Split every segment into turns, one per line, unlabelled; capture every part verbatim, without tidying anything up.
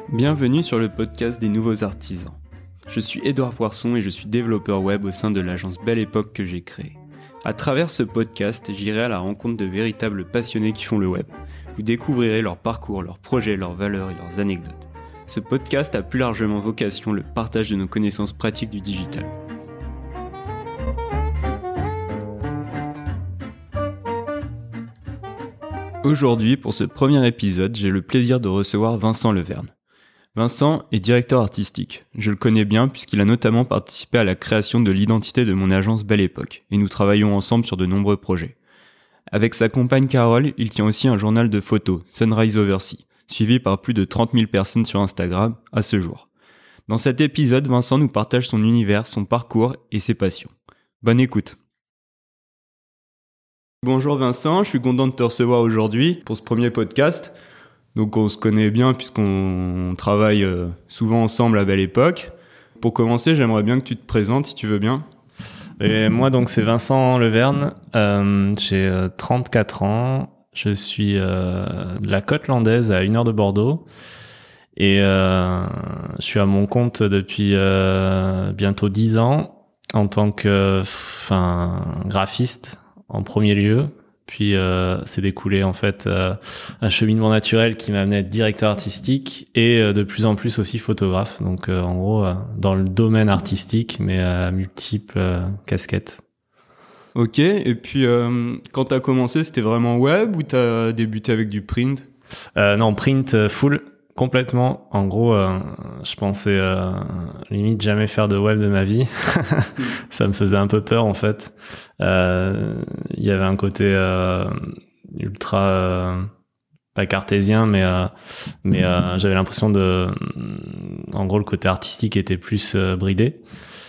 Bienvenue sur le podcast des nouveaux artisans. Je suis Édouard Poisson et je suis développeur web au sein de l'agence Belle Époque que j'ai créée. À travers ce podcast, j'irai à la rencontre de véritables passionnés qui font le web. Vous découvrirez leur parcours, leurs projets, leurs valeurs et leurs anecdotes. Ce podcast a plus largement vocation le partage de nos connaissances pratiques du digital. Aujourd'hui, pour ce premier épisode, j'ai le plaisir de recevoir Vincent Leverne. Vincent est directeur artistique. Je le connais bien puisqu'il a notamment participé à la création de l'identité de mon agence Belle Époque, et nous travaillons ensemble sur de nombreux projets. Avec sa compagne Carole, il tient aussi un journal de photos, Sunrise Oversea, suivi par plus de trente mille personnes sur Instagram à ce jour. Dans cet épisode, Vincent nous partage son univers, son parcours et ses passions. Bonne écoute. Bonjour Vincent, je suis content de te recevoir aujourd'hui pour ce premier podcast. Donc on se connaît bien puisqu'on travaille souvent ensemble à Belle Époque. Pour commencer, j'aimerais bien que tu te présentes si tu veux bien.
Et moi donc c'est Vincent Leverne, euh, j'ai euh, trente-quatre ans, je suis euh, de la côte landaise à une heure de Bordeaux et euh, je suis à mon compte depuis euh, bientôt dix ans en tant que enfin, graphiste en premier lieu. Puis euh, c'est découlé en fait euh, un cheminement naturel qui m'a amené à être directeur artistique et euh, de plus en plus aussi photographe. Donc euh, en gros euh, dans le domaine artistique mais à multiples euh, casquettes.
Ok, et puis euh, quand t'as commencé, c'était vraiment web ou t'as débuté avec du print ?
euh, Non, print euh, full, complètement. En gros, euh, je pensais euh, limite jamais faire de web de ma vie. Ça me faisait un peu peur en fait. Il euh, y avait un côté euh, ultra euh, pas cartésien, mais euh, mais euh, j'avais l'impression de, en gros, le côté artistique était plus euh, bridé.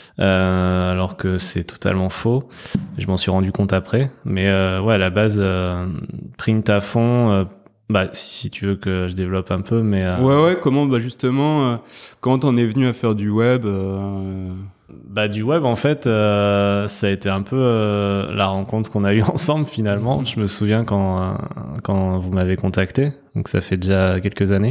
Euh, alors que c'est totalement faux. Je m'en suis rendu compte après. Mais euh, ouais, à la base, euh, print à fond. Euh, bah, si tu veux que je développe un peu, mais euh...
ouais, ouais. Comment, bah justement, euh, quand t'en es venu à faire du web euh...
Bah du web en fait, euh, ça a été un peu euh, la rencontre qu'on a eue ensemble finalement. Je me souviens quand euh, quand vous m'avez contacté, donc ça fait déjà quelques années,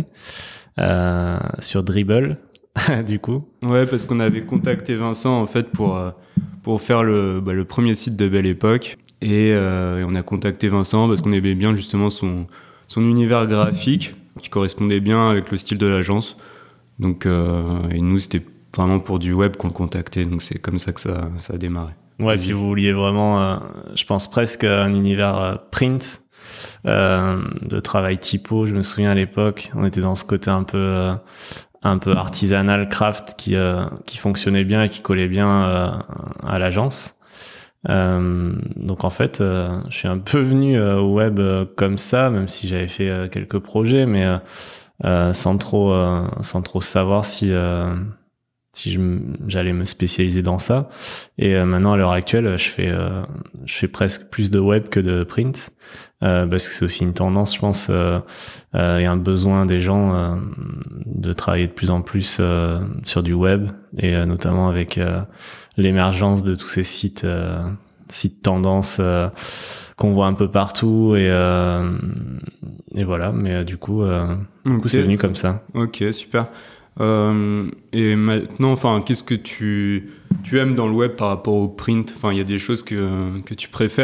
euh, sur Dribbble. Du coup.
Ouais, parce qu'on avait contacté Vincent en fait pour euh, pour faire le bah, le premier site de Belle Époque et, euh, et on a contacté Vincent parce qu'on aimait bien justement son son univers graphique qui correspondait bien avec le style de l'agence. Donc euh, et nous c'était vraiment pour du web qu'on le contactait, donc c'est comme ça que ça ça a démarré.
Ouais, puis vous vouliez vraiment, euh, je pense presque un univers euh, print, euh, de travail typo. Je me souviens à l'époque, on était dans ce côté un peu euh, un peu artisanal, craft, qui euh, qui fonctionnait bien et qui collait bien euh, à l'agence. Euh, donc en fait, euh, je suis un peu venu euh, au web euh, comme ça, même si j'avais fait euh, quelques projets, mais euh, euh, sans trop euh, sans trop savoir si euh, si je j'allais me spécialiser dans ça. Et euh, maintenant à l'heure actuelle, je fais euh, je fais presque plus de web que de print, euh, parce que c'est aussi une tendance, je pense. Euh, euh, il y a un besoin des gens euh, de travailler de plus en plus euh, sur du web, et euh, notamment avec euh, l'émergence de tous ces sites euh, sites tendances euh, qu'on voit un peu partout, et euh, et voilà. Mais euh, du coup, euh, du
okay.
coup, c'est venu comme ça.
Ok, super. Euh, et maintenant, enfin, qu'est-ce que tu tu aimes dans le web par rapport au print ? Enfin, il y a des choses que que tu préfères ?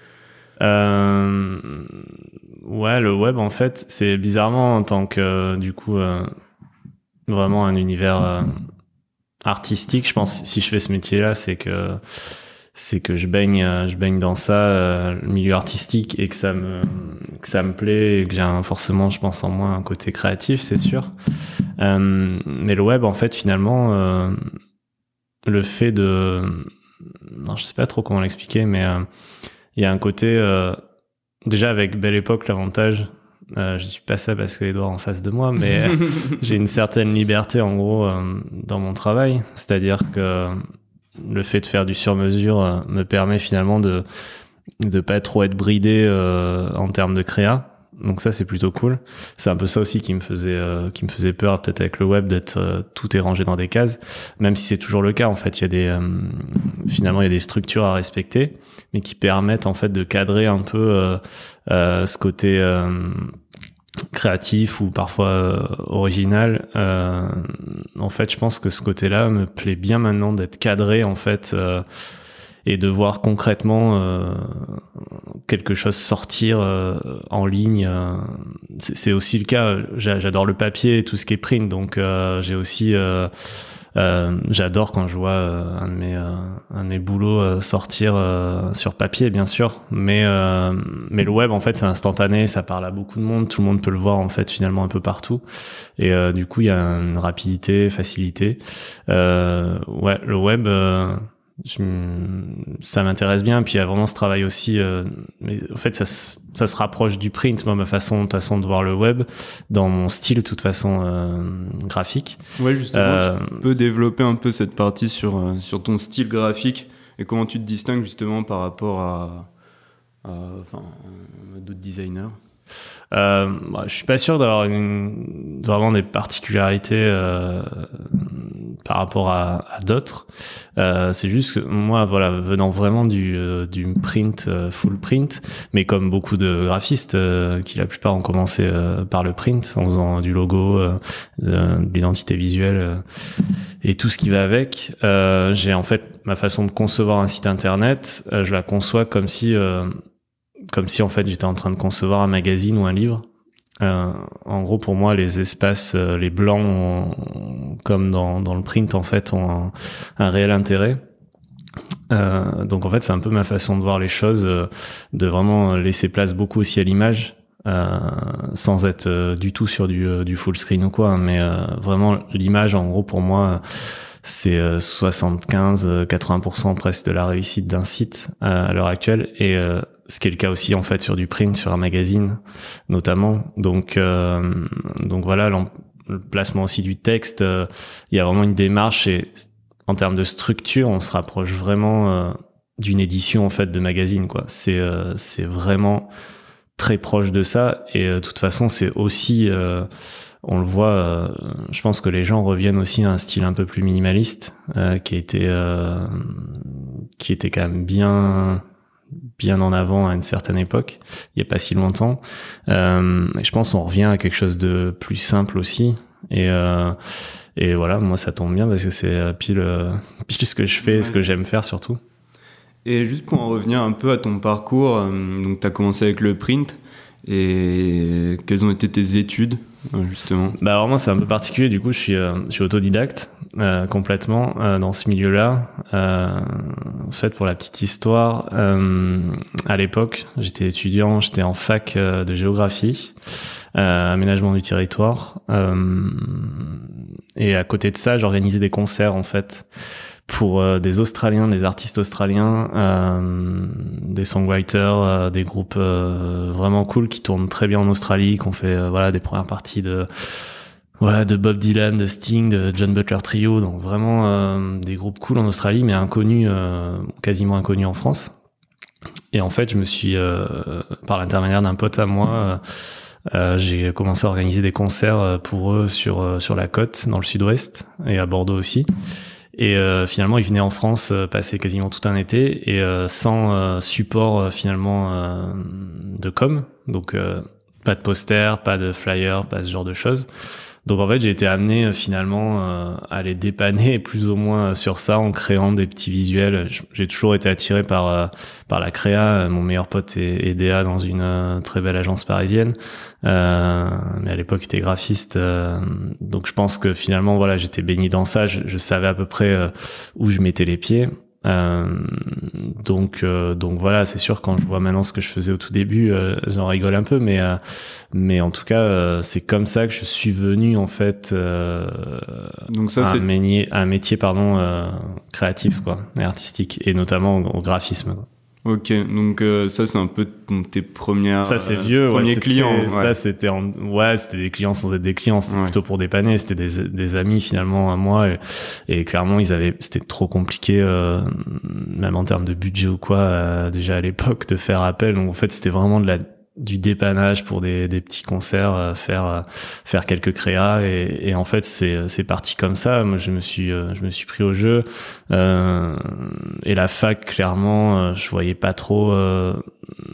Euh, ouais, le web en fait, c'est bizarrement en tant que du coup euh, vraiment un univers euh, artistique. Je pense si je fais ce métier-là, c'est que c'est que je baigne je baigne dans ça, euh, le milieu artistique, et que ça me que ça me plaît, et que j'ai un, forcément, je pense, en moi un côté créatif, c'est sûr. Euh, mais le web en fait, finalement, euh, le fait de non, je sais pas trop comment l'expliquer, mais euh, il y a un côté euh, déjà avec Belle Époque, l'avantage, euh, je dis pas ça parce que Edouard en face de moi, mais j'ai une certaine liberté en gros euh, dans mon travail, c'est-à-dire que le fait de faire du sur-mesure euh, me permet finalement de de pas trop être bridé euh, en termes de créa. Donc ça, c'est plutôt cool. C'est un peu ça aussi qui me faisait euh, qui me faisait peur peut-être avec le web, d'être euh, tout est rangé dans des cases, même si c'est toujours le cas en fait. Il y a des euh, finalement il y a des structures à respecter, mais qui permettent en fait de cadrer un peu euh, euh, ce côté euh, créatif ou parfois euh, original. Euh, en fait, je pense que ce côté-là me plaît bien maintenant d'être cadré en fait euh, et de voir concrètement euh, quelque chose sortir euh, en ligne. Euh, c'est, c'est aussi le cas. J'a, j'adore le papier et tout ce qui est print, donc euh, j'ai aussi euh, Euh, j'adore quand je vois euh, un de mes euh, un de mes boulots euh, sortir euh, sur papier, bien sûr, mais euh, mais le web en fait c'est instantané, ça parle à beaucoup de monde, tout le monde peut le voir en fait finalement un peu partout, et euh, du coup il y a une rapidité, facilité. Euh, ouais, le web. Euh, Je, ça m'intéresse bien, puis il y a vraiment ce travail aussi euh, mais en fait ça ça se rapproche du print, moi ma façon de façon de voir le web dans mon style de toute façon euh, graphique.
Ouais, justement,
euh,
tu peux développer un peu cette partie sur euh, sur ton style graphique et comment tu te distingues justement par rapport à, à enfin à d'autres designers.
Euh, bah, je suis pas sûr d'avoir une, vraiment des particularités euh, par rapport à, à d'autres. Euh, c'est juste que moi, voilà, venant vraiment du, euh, du print, euh, full print, mais comme beaucoup de graphistes euh, qui la plupart ont commencé euh, par le print, en faisant du logo, euh, de, de l'identité visuelle euh, et tout ce qui va avec. Euh, j'ai en fait ma façon de concevoir un site internet, euh, je la conçois comme si euh, comme si en fait j'étais en train de concevoir un magazine ou un livre. Euh, en gros, pour moi, les espaces, euh, les blancs, ont, comme dans, dans le print, en fait, ont un, un réel intérêt. Euh, donc, en fait, c'est un peu ma façon de voir les choses, euh, de vraiment laisser place beaucoup aussi à l'image, euh, sans être euh, du tout sur du, euh, du full screen ou quoi, hein, mais euh, vraiment l'image, en gros, pour moi, c'est euh, soixante-quinze à quatre-vingts pour cent presque de la réussite d'un site euh, à l'heure actuelle, et euh, ce qui est le cas aussi en fait sur du print, sur un magazine notamment. Donc euh, donc voilà, le placement aussi du texte, euh, il y a vraiment une démarche, et en termes de structure, on se rapproche vraiment euh, d'une édition en fait de magazine, quoi. C'est euh, c'est vraiment très proche de ça, et euh, de toute façon, c'est aussi euh, on le voit, euh, je pense que les gens reviennent aussi à un style un peu plus minimaliste, euh, qui était euh, qui était quand même bien bien en avant à une certaine époque, il y a pas si longtemps. Euh, et je pense qu'on revient à quelque chose de plus simple aussi. Et euh, et voilà, moi ça tombe bien parce que c'est pile pile ce que je fais, ouais. Ce que j'aime faire surtout.
Et juste pour en revenir un peu à ton parcours, euh, donc t'as commencé avec le print, et quelles ont été tes études justement?
Bah alors moi c'est un peu particulier, du coup je suis euh, je suis autodidacte euh, complètement euh, dans ce milieu-là. Euh, en fait, pour la petite histoire, euh, à l'époque j'étais étudiant, j'étais en fac euh, de géographie, euh, aménagement du territoire, euh, et à côté de ça j'organisais des concerts en fait pour euh, des Australiens, des artistes australiens, euh, des songwriters, euh, des groupes euh, vraiment cool qui tournent très bien en Australie, qui ont fait euh, voilà des premières parties de voilà de Bob Dylan, de Sting, de John Butler Trio, donc vraiment euh, des groupes cool en Australie, mais inconnus, euh, quasiment inconnus en France. Et en fait, je me suis euh, par l'intermédiaire d'un pote à moi, euh, euh, j'ai commencé à organiser des concerts pour eux sur euh, sur la côte, dans le sud-ouest, et à Bordeaux aussi. Et euh, finalement, ils venaient en France euh, passer quasiment tout un été, et euh, sans euh, support euh, finalement euh, de com, donc euh, pas de poster, pas de flyer, pas ce genre de choses. Donc en fait, j'ai été amené euh, finalement euh, à les dépanner plus ou moins sur ça, en créant des petits visuels. J'ai toujours été attiré par euh, par la créa. Mon meilleur pote est, est D A dans une euh, très belle agence parisienne, euh, mais à l'époque il était graphiste. Euh, donc je pense que finalement voilà, j'étais baigné dans ça. Je, je savais à peu près euh, où je mettais les pieds. Euh, donc euh, donc voilà, c'est sûr, quand je vois maintenant ce que je faisais au tout début, euh, j'en rigole un peu, mais euh, mais en tout cas euh, c'est comme ça que je suis venu en fait euh,
donc ça,
à
c'est
un métier, un métier pardon euh, créatif quoi, et artistique, et notamment au, au graphisme quoi.
Ok, donc euh, ça c'est un peu tes premières
ça c'est vieux
euh, premiers
ouais,
clients ouais.
Ça c'était en, ouais c'était des clients sans être des clients, c'était ouais. plutôt pour dépanner, c'était des des amis finalement à moi, et, et clairement ils avaient c'était trop compliqué euh, même en termes de budget ou quoi euh, déjà à l'époque de faire appel, donc en fait c'était vraiment de la du dépannage pour des des petits concerts, euh, faire euh, faire quelques créas, et, et en fait c'est c'est parti comme ça. Moi je me suis euh, je me suis pris au jeu, euh, et la fac clairement euh, je voyais pas trop euh,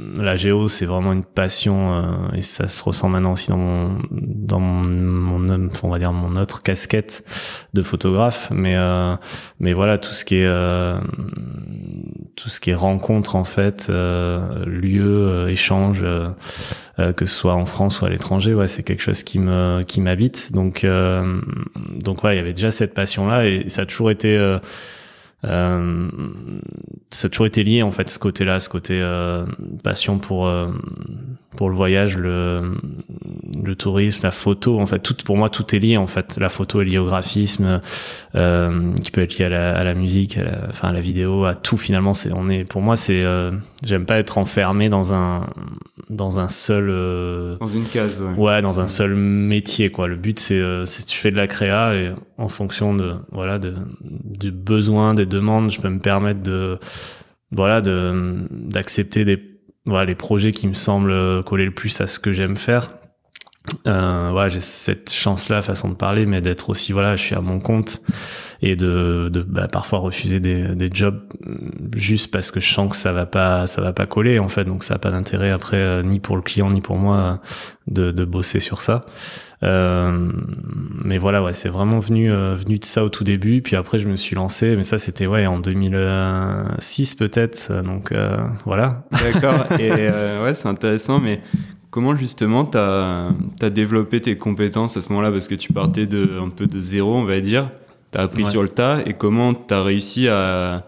la géo, c'est vraiment une passion euh, et ça se ressent maintenant aussi dans mon dans mon, mon on va dire mon autre casquette de photographe. Mais euh, mais voilà, tout ce qui est euh, tout ce qui est rencontre en fait, euh, lieu, euh, échange, euh, euh, que ce soit en France ou à l'étranger, ouais, c'est quelque chose qui me qui m'habite. Donc euh, donc ouais, il y avait déjà cette passion là et ça a toujours été euh, Euh, ça a toujours été lié en fait, ce côté-là, ce côté euh, passion pour euh, pour le voyage, le le tourisme, la photo. En fait, tout pour moi tout est lié en fait. La photo est liée au graphisme, euh, qui peut être lié à la, à la musique, à la, enfin à la vidéo, à tout finalement. C'est on est pour moi c'est euh, j'aime pas être enfermé dans un dans un seul euh,
dans une case. Ouais,
ouais dans un seul métier quoi. Le but c'est euh, c'est tu fais de la créa et en fonction de voilà de du besoin des demandes, je peux me permettre de voilà de d'accepter des voilà les projets qui me semblent coller le plus à ce que j'aime faire. Euh, ouais, j'ai cette chance-là, façon de parler, mais d'être aussi voilà, je suis à mon compte et de, de bah, parfois refuser des, des jobs juste parce que je sens que ça va pas, ça va pas coller en fait, donc ça a pas d'intérêt après euh, ni pour le client ni pour moi de, de bosser sur ça. Euh, mais voilà, ouais, c'est vraiment venu euh, venu de ça au tout début, puis après je me suis lancé, mais ça c'était ouais en deux mille six peut-être, donc euh, voilà.
D'accord. Et euh, ouais, c'est intéressant, mais comment justement t'as t'as développé tes compétences à ce moment-là, parce que tu partais de un peu de zéro, on va dire, t'as appris ouais. sur le tas, et comment t'as réussi à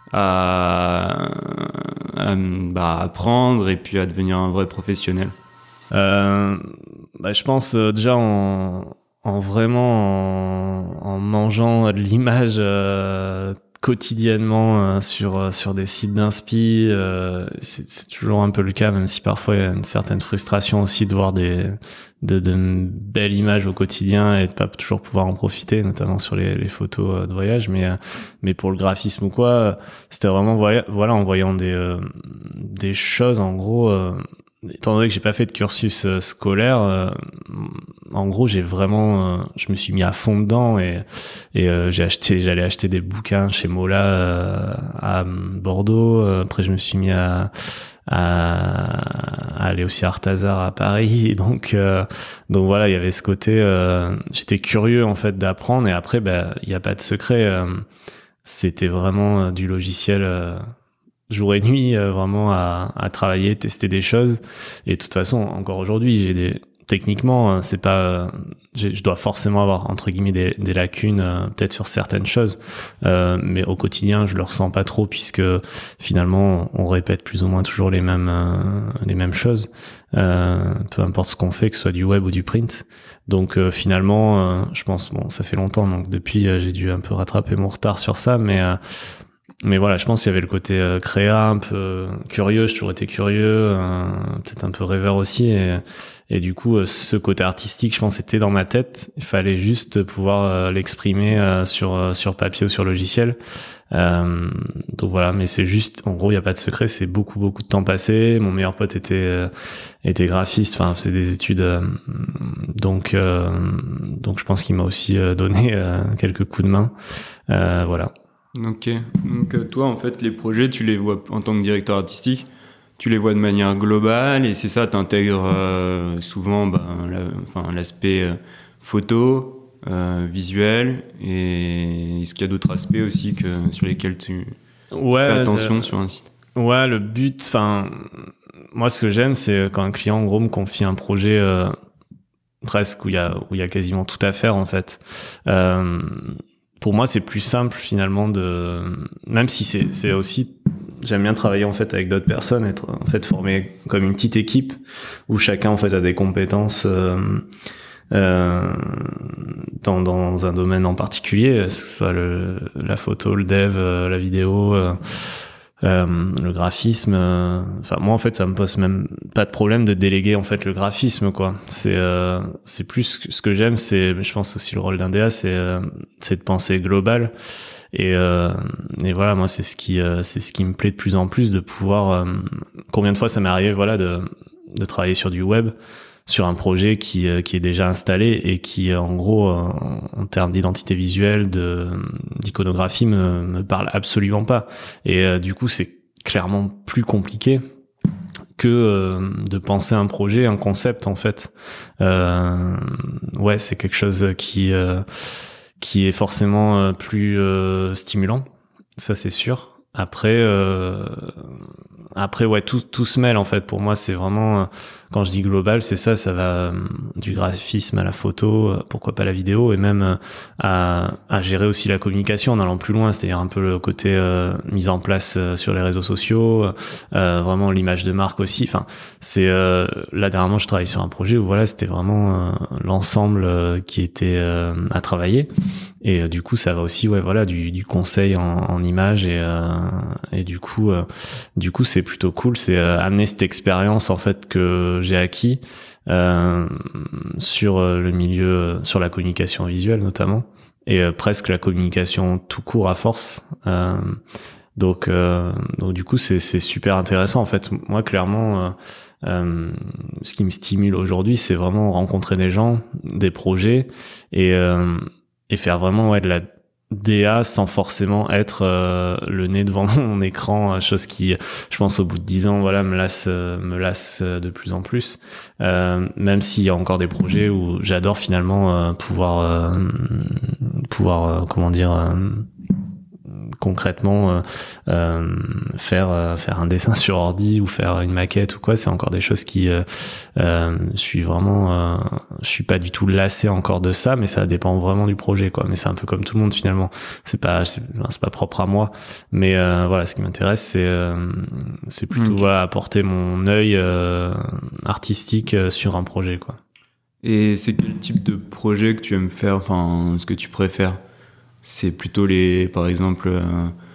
à, à bah, apprendre et puis à devenir un vrai professionnel?
Euh, bah, je pense euh, déjà en, en vraiment en, en mangeant de l'image euh, quotidiennement euh, sur sur des sites d'inspi. Euh, c'est, c'est toujours un peu le cas, même si parfois il y a une certaine frustration aussi de voir des de, de belles images au quotidien et de pas toujours pouvoir en profiter, notamment sur les, les photos de voyage. Mais euh, mais pour le graphisme ou quoi, c'était vraiment voya- voilà en voyant des euh, des choses en gros. Euh, Étant donné que j'ai pas fait de cursus euh, scolaire, euh, en gros j'ai vraiment, euh, je me suis mis à fond dedans et et euh, j'ai acheté, j'allais acheter des bouquins chez Mola euh, à Bordeaux. Après je me suis mis à à, à aller aussi à Artazar à Paris. Et donc euh, donc voilà, il y avait ce côté, euh, j'étais curieux en fait d'apprendre et après bah il y a pas de secret, euh, c'était vraiment euh, du logiciel. Euh, jour et nuit euh, vraiment à, à travailler, tester des choses et de toute façon encore aujourd'hui j'ai des techniquement c'est pas euh, je dois forcément avoir entre guillemets des, des lacunes euh, peut-être sur certaines choses euh, mais au quotidien je le ressens pas trop puisque finalement on répète plus ou moins toujours les mêmes euh, les mêmes choses euh, peu importe ce qu'on fait, que ce soit du web ou du print. Donc euh, finalement euh, je pense bon ça fait longtemps donc depuis euh, j'ai dû un peu rattraper mon retard sur ça mais euh, Mais voilà, je pense qu'il y avait le côté euh, créa, un peu euh, curieux, j'ai toujours été curieux, euh, peut-être un peu rêveur aussi, et, et du coup, euh, ce côté artistique, je pense, était dans ma tête. Il fallait juste pouvoir euh, l'exprimer euh, sur euh, sur papier ou sur logiciel. Euh, donc voilà, mais c'est juste, en gros, il y a pas de secret, c'est beaucoup beaucoup de temps passé. Mon meilleur pote était euh, était graphiste, enfin faisait des études, euh, donc euh, donc je pense qu'il m'a aussi euh, donné euh, quelques coups de main. Euh, voilà.
Ok, donc toi en fait les projets tu les vois en tant que directeur artistique, tu les vois de manière globale et c'est ça, t'intègres euh, souvent bah, la, enfin, l'aspect euh, photo, euh, visuel et est-ce qu'il y a d'autres aspects aussi que, sur lesquels tu
ouais,
fais attention
euh,
sur un site? Ouais,
le but, enfin moi ce que j'aime c'est quand un client en gros me confie un projet euh, presque où il y a, où il y a quasiment tout à faire en fait. Euh, Pour moi, c'est plus simple finalement de, même si c'est c'est aussi, j'aime bien travailler en fait avec d'autres personnes, être en fait formé comme une petite équipe où chacun en fait a des compétences euh, euh, dans dans un domaine en particulier, que ce soit le la photo, le dev, euh, la vidéo. Euh, Euh, le graphisme, euh, enfin moi en fait ça me pose même pas de problème de déléguer en fait le graphisme quoi. C'est euh, c'est plus ce que j'aime, c'est je pense aussi le rôle d'un D A, c'est euh, c'est de penser global et euh, et voilà moi c'est ce qui euh, c'est ce qui me plaît de plus en plus de pouvoir euh, combien de fois ça m'est arrivé voilà de de travailler sur du web sur un projet qui euh, qui est déjà installé et qui euh, en gros euh, en termes d'identité visuelle, de d'iconographie me me parle absolument pas et euh, du coup c'est clairement plus compliqué que euh, de penser un projet, un concept en fait. Euh, ouais, c'est quelque chose qui euh, qui est forcément euh, plus euh, stimulant, ça c'est sûr. Après, euh, après ouais, tout tout se mêle en fait. Pour moi, c'est vraiment euh, quand je dis global, c'est ça, ça va euh, du graphisme à la photo, euh, pourquoi pas la vidéo, et même euh, à, à gérer aussi la communication en allant plus loin, c'est-à-dire un peu le côté euh, mise en place euh, sur les réseaux sociaux, euh, vraiment l'image de marque aussi. Enfin, c'est euh, là dernièrement, je travaille sur un projet où voilà, c'était vraiment euh, l'ensemble euh, qui était euh, à travailler. Et euh, du coup, ça va aussi, ouais, voilà, du, du conseil en, en images et euh, et du coup, euh, du coup, c'est plutôt cool. C'est euh, amener cette expérience en fait que j'ai acquis euh, sur le milieu, sur la communication visuelle notamment, et euh, presque la communication tout court à force. Euh, donc, euh, donc du coup, c'est c'est super intéressant en fait. Moi, clairement. Euh, Euh, ce qui me stimule aujourd'hui, c'est vraiment rencontrer des gens, des projets, et euh, et faire vraiment ouais de la D A sans forcément être euh, le nez devant mon écran, chose qui, je pense, au bout de dix ans, voilà, me lasse euh, me lasse de plus en plus. Euh, même s'il y a encore des projets où j'adore finalement euh, pouvoir euh, pouvoir euh, comment dire euh, concrètement euh, euh, faire euh, faire un dessin sur ordi ou faire une maquette ou quoi, c'est encore des choses qui euh, euh, je suis vraiment euh, je suis pas du tout lassé encore de ça, mais ça dépend vraiment du projet quoi. Mais c'est un peu comme tout le monde finalement, c'est pas c'est, c'est pas propre à moi, mais euh, voilà, ce qui m'intéresse c'est euh, c'est plutôt okay. voilà, apporter mon œil euh, artistique sur un projet quoi.
Et c'est quel type de projet que tu aimes faire, enfin ce que tu préfères? C'est plutôt les, par exemple, euh,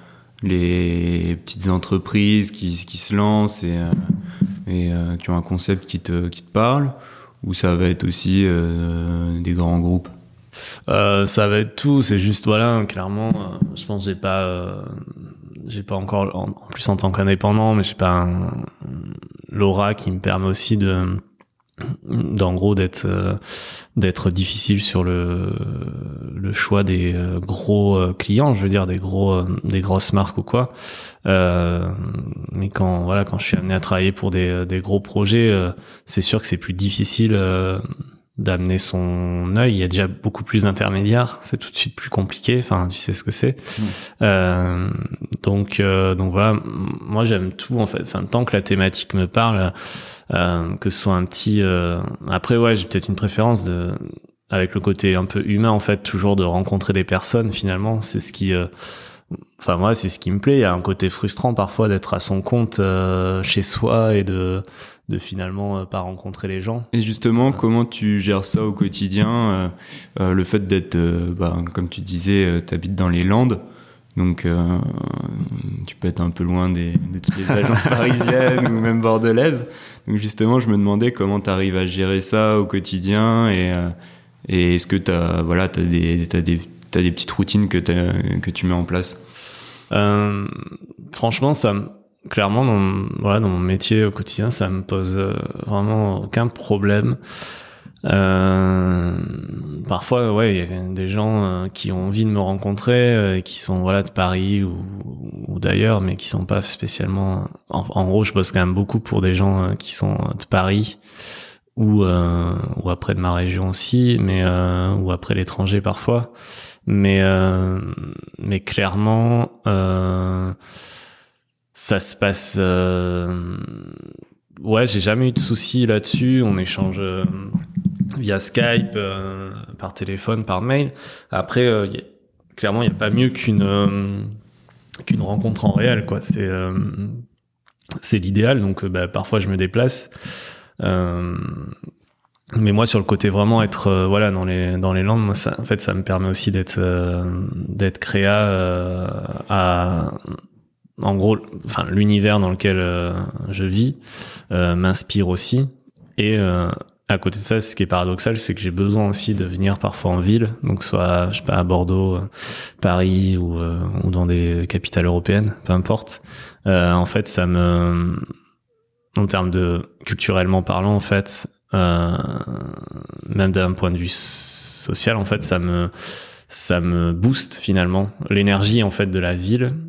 les petites entreprises qui, qui se lancent et, euh, et euh, qui ont un concept qui te, qui te parle, ou ça va être aussi euh, des grands groupes?
euh, Ça va être tout. C'est juste voilà, clairement, euh, je pense que j'ai pas, euh, j'ai pas encore, en, en plus en tant qu'indépendant, mais j'ai pas un, l'aura qui me permet aussi de d'en gros d'être euh, d'être difficile sur le le choix des euh, gros euh, clients, je veux dire des gros euh, des grosses marques ou quoi, euh, mais quand voilà quand je suis amené à travailler pour des des gros projets, euh, c'est sûr que c'est plus difficile euh, d'amener son œil. Il y a déjà beaucoup plus d'intermédiaires, c'est tout de suite plus compliqué, enfin tu sais ce que c'est. Mmh. Euh, donc euh, donc voilà, moi j'aime tout en fait, enfin tant que la thématique me parle, euh, que ce soit un petit euh... après ouais, j'ai peut-être une préférence de avec le côté un peu humain en fait, toujours de rencontrer des personnes finalement, c'est ce qui euh... enfin moi c'est ce qui me plaît. Il y a un côté frustrant parfois d'être à son compte euh, chez soi et de de finalement euh, pas rencontrer les gens.
Et justement, ouais. Comment tu gères ça au quotidien, euh, euh, le fait d'être, euh, bah, comme tu disais, euh, t'habites dans les Landes, donc euh, tu peux être un peu loin des, de toutes les agences parisiennes ou même bordelaises. Donc justement, je me demandais comment t'arrives à gérer ça au quotidien et, euh, et est-ce que t'as, voilà, t'as des, t'as des, t'as des petites routines que, t'as, que tu mets en place?
euh, Franchement, ça me clairement dans voilà dans mon métier au quotidien, ça me pose euh, vraiment aucun problème. Euh, parfois ouais, il y a des gens euh, qui ont envie de me rencontrer euh, et qui sont voilà de Paris ou, ou d'ailleurs, mais qui sont pas spécialement en, en gros je bosse quand même beaucoup pour des gens euh, qui sont de Paris ou euh, ou après de ma région aussi, mais euh, ou après l'étranger parfois, mais euh, mais clairement euh, ça se passe euh... ouais, j'ai jamais eu de soucis là-dessus. On échange euh, via Skype, euh, par téléphone, par mail. Après euh, y a... clairement il y a pas mieux qu'une euh, qu'une rencontre en réel quoi. C'est euh, c'est l'idéal, donc euh, bah, parfois je me déplace, euh, mais moi sur le côté vraiment être euh, voilà dans les dans les Landes, moi ça en fait ça me permet aussi d'être euh, d'être créa euh, à en gros, enfin l'univers dans lequel euh, je vis euh, m'inspire aussi. Et euh, à côté de ça, ce qui est paradoxal, c'est que j'ai besoin aussi de venir parfois en ville, donc soit je sais pas à Bordeaux, euh, Paris ou euh, ou dans des capitales européennes, peu importe. Euh, en fait, ça me, en termes de culturellement parlant, en fait, euh, même d'un point de vue social, en fait, ça me ça me booste finalement l'énergie en fait de la ville.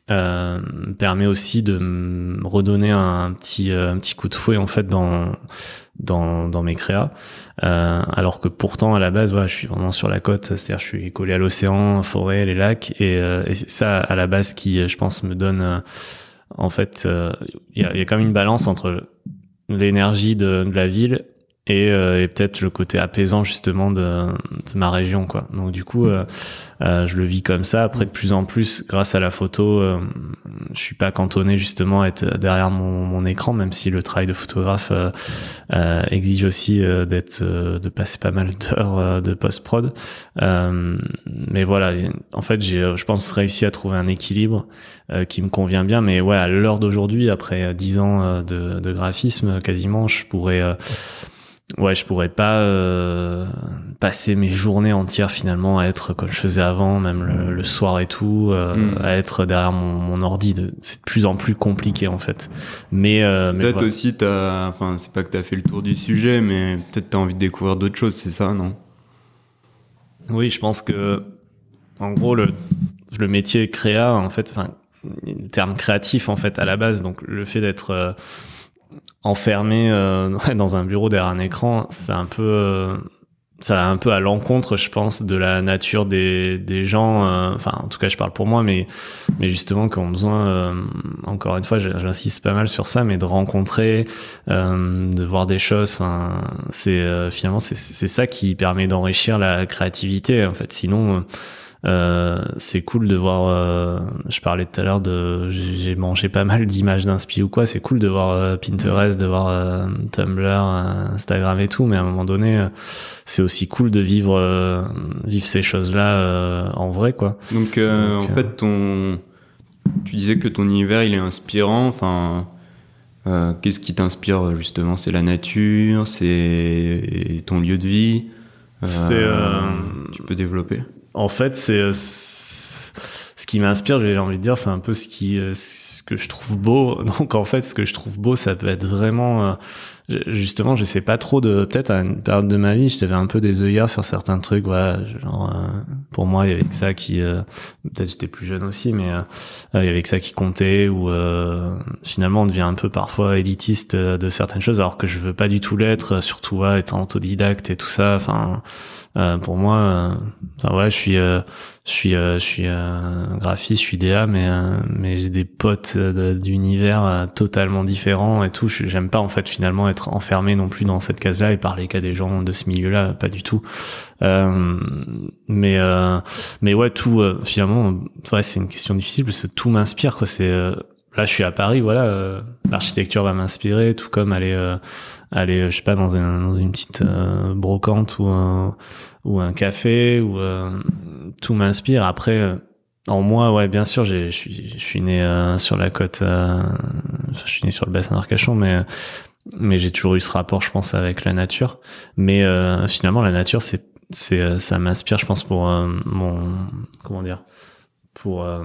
euh, permet aussi de me redonner un petit un petit coup de fouet en fait dans dans dans mes créas, euh, alors que pourtant à la base voilà, je suis vraiment sur la côte, c'est-à-dire je suis collé à l'océan, forêt, les lacs, et, euh, et c'est ça à la base qui je pense me donne euh, en fait il euh, y a il y a quand même une balance entre l'énergie de, de la ville et, euh, et peut-être le côté apaisant justement de, de ma région, quoi. Donc du coup euh, euh, je le vis comme ça. Après, de plus en plus, grâce à la photo, euh, je suis pas cantonné justement à être derrière mon, mon écran, même si le travail de photographe euh, euh, exige aussi euh, d'être euh, de passer pas mal d'heures euh, de post-prod, euh, mais voilà, en fait j'ai je pense réussi à trouver un équilibre euh, qui me convient bien. Mais ouais, à l'heure d'aujourd'hui, après dix ans euh, de, de graphisme quasiment, je pourrais euh, ouais, je pourrais pas euh, passer mes journées entières finalement à être comme je faisais avant, même le, le soir et tout, euh, mmh. à être derrière mon, mon ordi. De, c'est de plus en plus compliqué en fait. Mais, euh, mais
peut-être
voilà.
aussi, t'as, enfin, c'est pas que t'as fait le tour du sujet, mais peut-être t'as envie de découvrir d'autres choses, c'est ça, non ?
Oui, je pense que, en gros, le, le métier créa, en fait, enfin, le terme créatif en fait à la base, donc le fait d'être euh, enfermé euh, dans un bureau derrière un écran, c'est un peu euh, ça va un peu à l'encontre, je pense, de la nature des des gens, euh, enfin en tout cas je parle pour moi, mais mais justement qui ont besoin, euh, encore une fois j'insiste pas mal sur ça, mais de rencontrer, euh, de voir des choses, hein, c'est euh, finalement c'est c'est ça qui permet d'enrichir la créativité en fait. Sinon euh, Euh, c'est cool de voir, euh, je parlais tout à l'heure de, j'ai, j'ai mangé pas mal d'images d'inspi ou quoi, c'est cool de voir euh, Pinterest, de voir euh, Tumblr, euh, Instagram et tout, mais à un moment donné, euh, c'est aussi cool de vivre, euh, vivre ces choses-là euh, en vrai, quoi.
Donc, euh,
Donc
en euh... fait, ton, tu disais que ton univers, il est inspirant, enfin, euh, qu'est-ce qui t'inspire justement ? C'est la nature, c'est ton lieu de vie, euh,
c'est, euh...
tu peux développer ?
En fait, c'est, c'est ce qui m'inspire, j'ai envie de dire, c'est un peu ce qui, ce que je trouve beau. Donc en fait, ce que je trouve beau, ça peut être vraiment, euh, justement, je sais pas trop de, peut-être à une période de ma vie, j'avais un peu des œillères sur certains trucs, voilà, genre, euh, pour moi, il y avait que ça qui, euh, peut-être j'étais plus jeune aussi, mais euh, il y avait que ça qui comptait, ou euh, finalement on devient un peu parfois élitiste de certaines choses, alors que je veux pas du tout l'être, surtout ouais, être autodidacte et tout ça, enfin. Euh, pour moi, euh, enfin, ouais, je suis, euh, je suis, euh, je suis euh, graphiste, je suis D A, mais euh, mais j'ai des potes euh, d'univers euh, totalement différents et tout. Je, j'aime pas en fait finalement être enfermé non plus dans cette case-là et parler qu'à des gens de ce milieu-là, pas du tout. Euh, mais euh, mais ouais, tout euh, finalement, ouais, c'est une question difficile parce que tout m'inspire, quoi. C'est euh, là, je suis à Paris, voilà, euh, l'architecture va m'inspirer, tout comme aller, euh, aller, je sais pas, dans une, dans une petite euh, brocante ou un, ou un café, ou euh, tout m'inspire. Après, euh, en moi, ouais, bien sûr, j'ai, je suis, je suis né euh, sur la côte, euh, enfin, je suis né sur le bassin d'Arcachon, mais mais j'ai toujours eu ce rapport, je pense, avec la nature. Mais euh, finalement, la nature, c'est, c'est, ça m'inspire, je pense, pour euh, mon, comment dire, pour euh,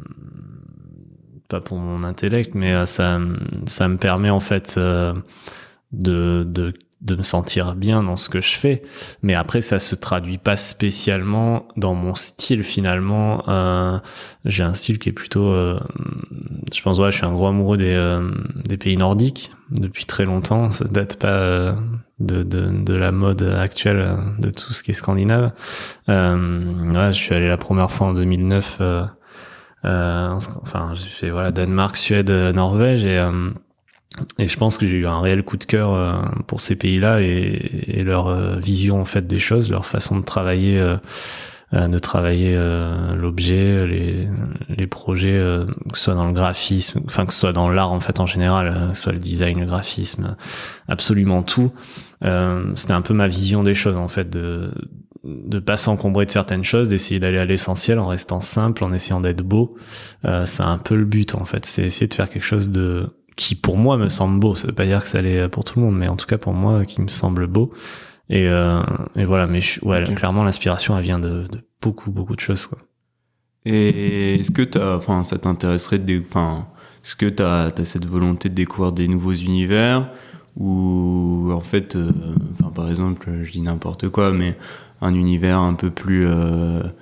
pas pour mon intellect, mais euh, ça ça me permet en fait euh, de de de me sentir bien dans ce que je fais. Mais après, ça se traduit pas spécialement dans mon style finalement. Euh, j'ai un style qui est plutôt, euh, je pense, ouais, je suis un gros amoureux des euh, des pays nordiques depuis très longtemps. Ça date pas euh, de de de la mode actuelle de tout ce qui est scandinave. Euh, ouais, je suis allé la première fois en deux mille neuf. Euh, Euh, enfin, j'ai fait voilà Danemark, Suède, Norvège, et euh, et je pense que j'ai eu un réel coup de cœur euh, pour ces pays-là et, et leur euh, vision en fait des choses, leur façon de travailler, euh, de travailler euh, l'objet, les les projets, euh, que ce soit dans le graphisme, enfin que ce soit dans l'art en fait en général, euh, que ce soit le design, le graphisme, absolument tout. Euh, c'était un peu ma vision des choses en fait, de de pas s'encombrer de certaines choses, d'essayer d'aller à l'essentiel en restant simple, en essayant d'être beau. Euh, c'est un peu le but en fait, c'est essayer de faire quelque chose de qui pour moi me semble beau. Ça veut pas dire que ça l'est pour tout le monde, mais en tout cas pour moi qui me semble beau. Et, euh, et voilà, mais je, ouais, okay. Clairement l'inspiration elle vient de, de beaucoup beaucoup de choses, quoi.
Et est-ce que t'as, enfin, ça t'intéresserait de, enfin, est-ce que t'as, t'as cette volonté de découvrir des nouveaux univers, ou en fait, euh, enfin par exemple, je dis n'importe quoi, mais un univers un peu plus euh,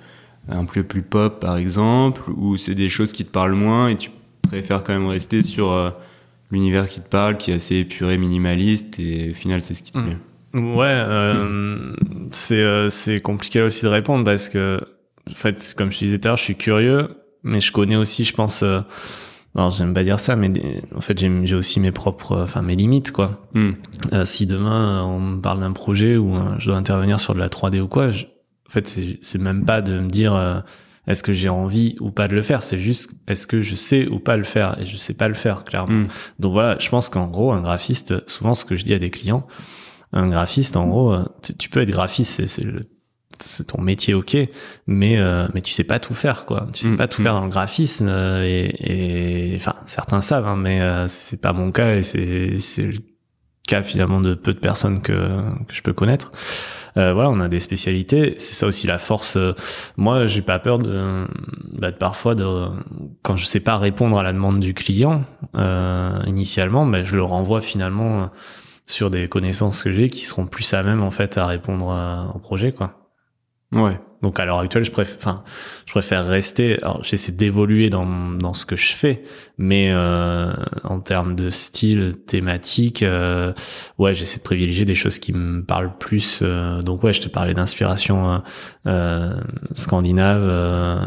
un peu plus pop par exemple, ou c'est des choses qui te parlent moins et tu préfères quand même rester sur euh, l'univers qui te parle, qui est assez épuré, minimaliste, et au final c'est ce qui te plaît?
Ouais, euh, c'est euh, c'est compliqué aussi de répondre parce que en fait, comme je te disais tout à l'heure, je suis curieux, mais je connais aussi, je pense, euh, alors j'aime pas dire ça, mais des, en fait j'ai j'ai aussi mes propres, enfin mes limites quoi.
Mm.
Euh, si demain on me parle d'un projet où euh, je dois intervenir sur de la trois D ou quoi, je, en fait c'est c'est même pas de me dire euh, est-ce que j'ai envie ou pas de le faire, c'est juste est-ce que je sais ou pas le faire, et je sais pas le faire clairement.
Mm.
Donc voilà, je pense qu'en gros un graphiste, souvent ce que je dis à des clients, un graphiste, en gros, tu, tu peux être graphiste, c'est, c'est, le, c'est ton métier, ok, mais euh, mais tu sais pas tout faire, quoi. Tu sais
mmh,
pas tout
mmh.
faire dans le graphisme, euh, et, et enfin certains savent, hein, mais euh, c'est pas mon cas et c'est c'est le cas finalement de peu de personnes que que je peux connaître. Euh, voilà, on a des spécialités, c'est ça aussi la force. Euh, moi, j'ai pas peur de, bah, de parfois de quand je sais pas répondre à la demande du client euh, initialement, bah, je le renvoie finalement. Euh, sur des connaissances que j'ai qui seront plus à même en fait à répondre à, au projet quoi.
Ouais.
Donc à l'heure actuelle, je préfère enfin je préfère rester, alors j'essaie d'évoluer dans dans ce que je fais, mais euh, en termes de style, thématique, euh, ouais, j'essaie de privilégier des choses qui me parlent plus, euh, donc ouais, je te parlais d'inspiration euh, euh, scandinave, euh,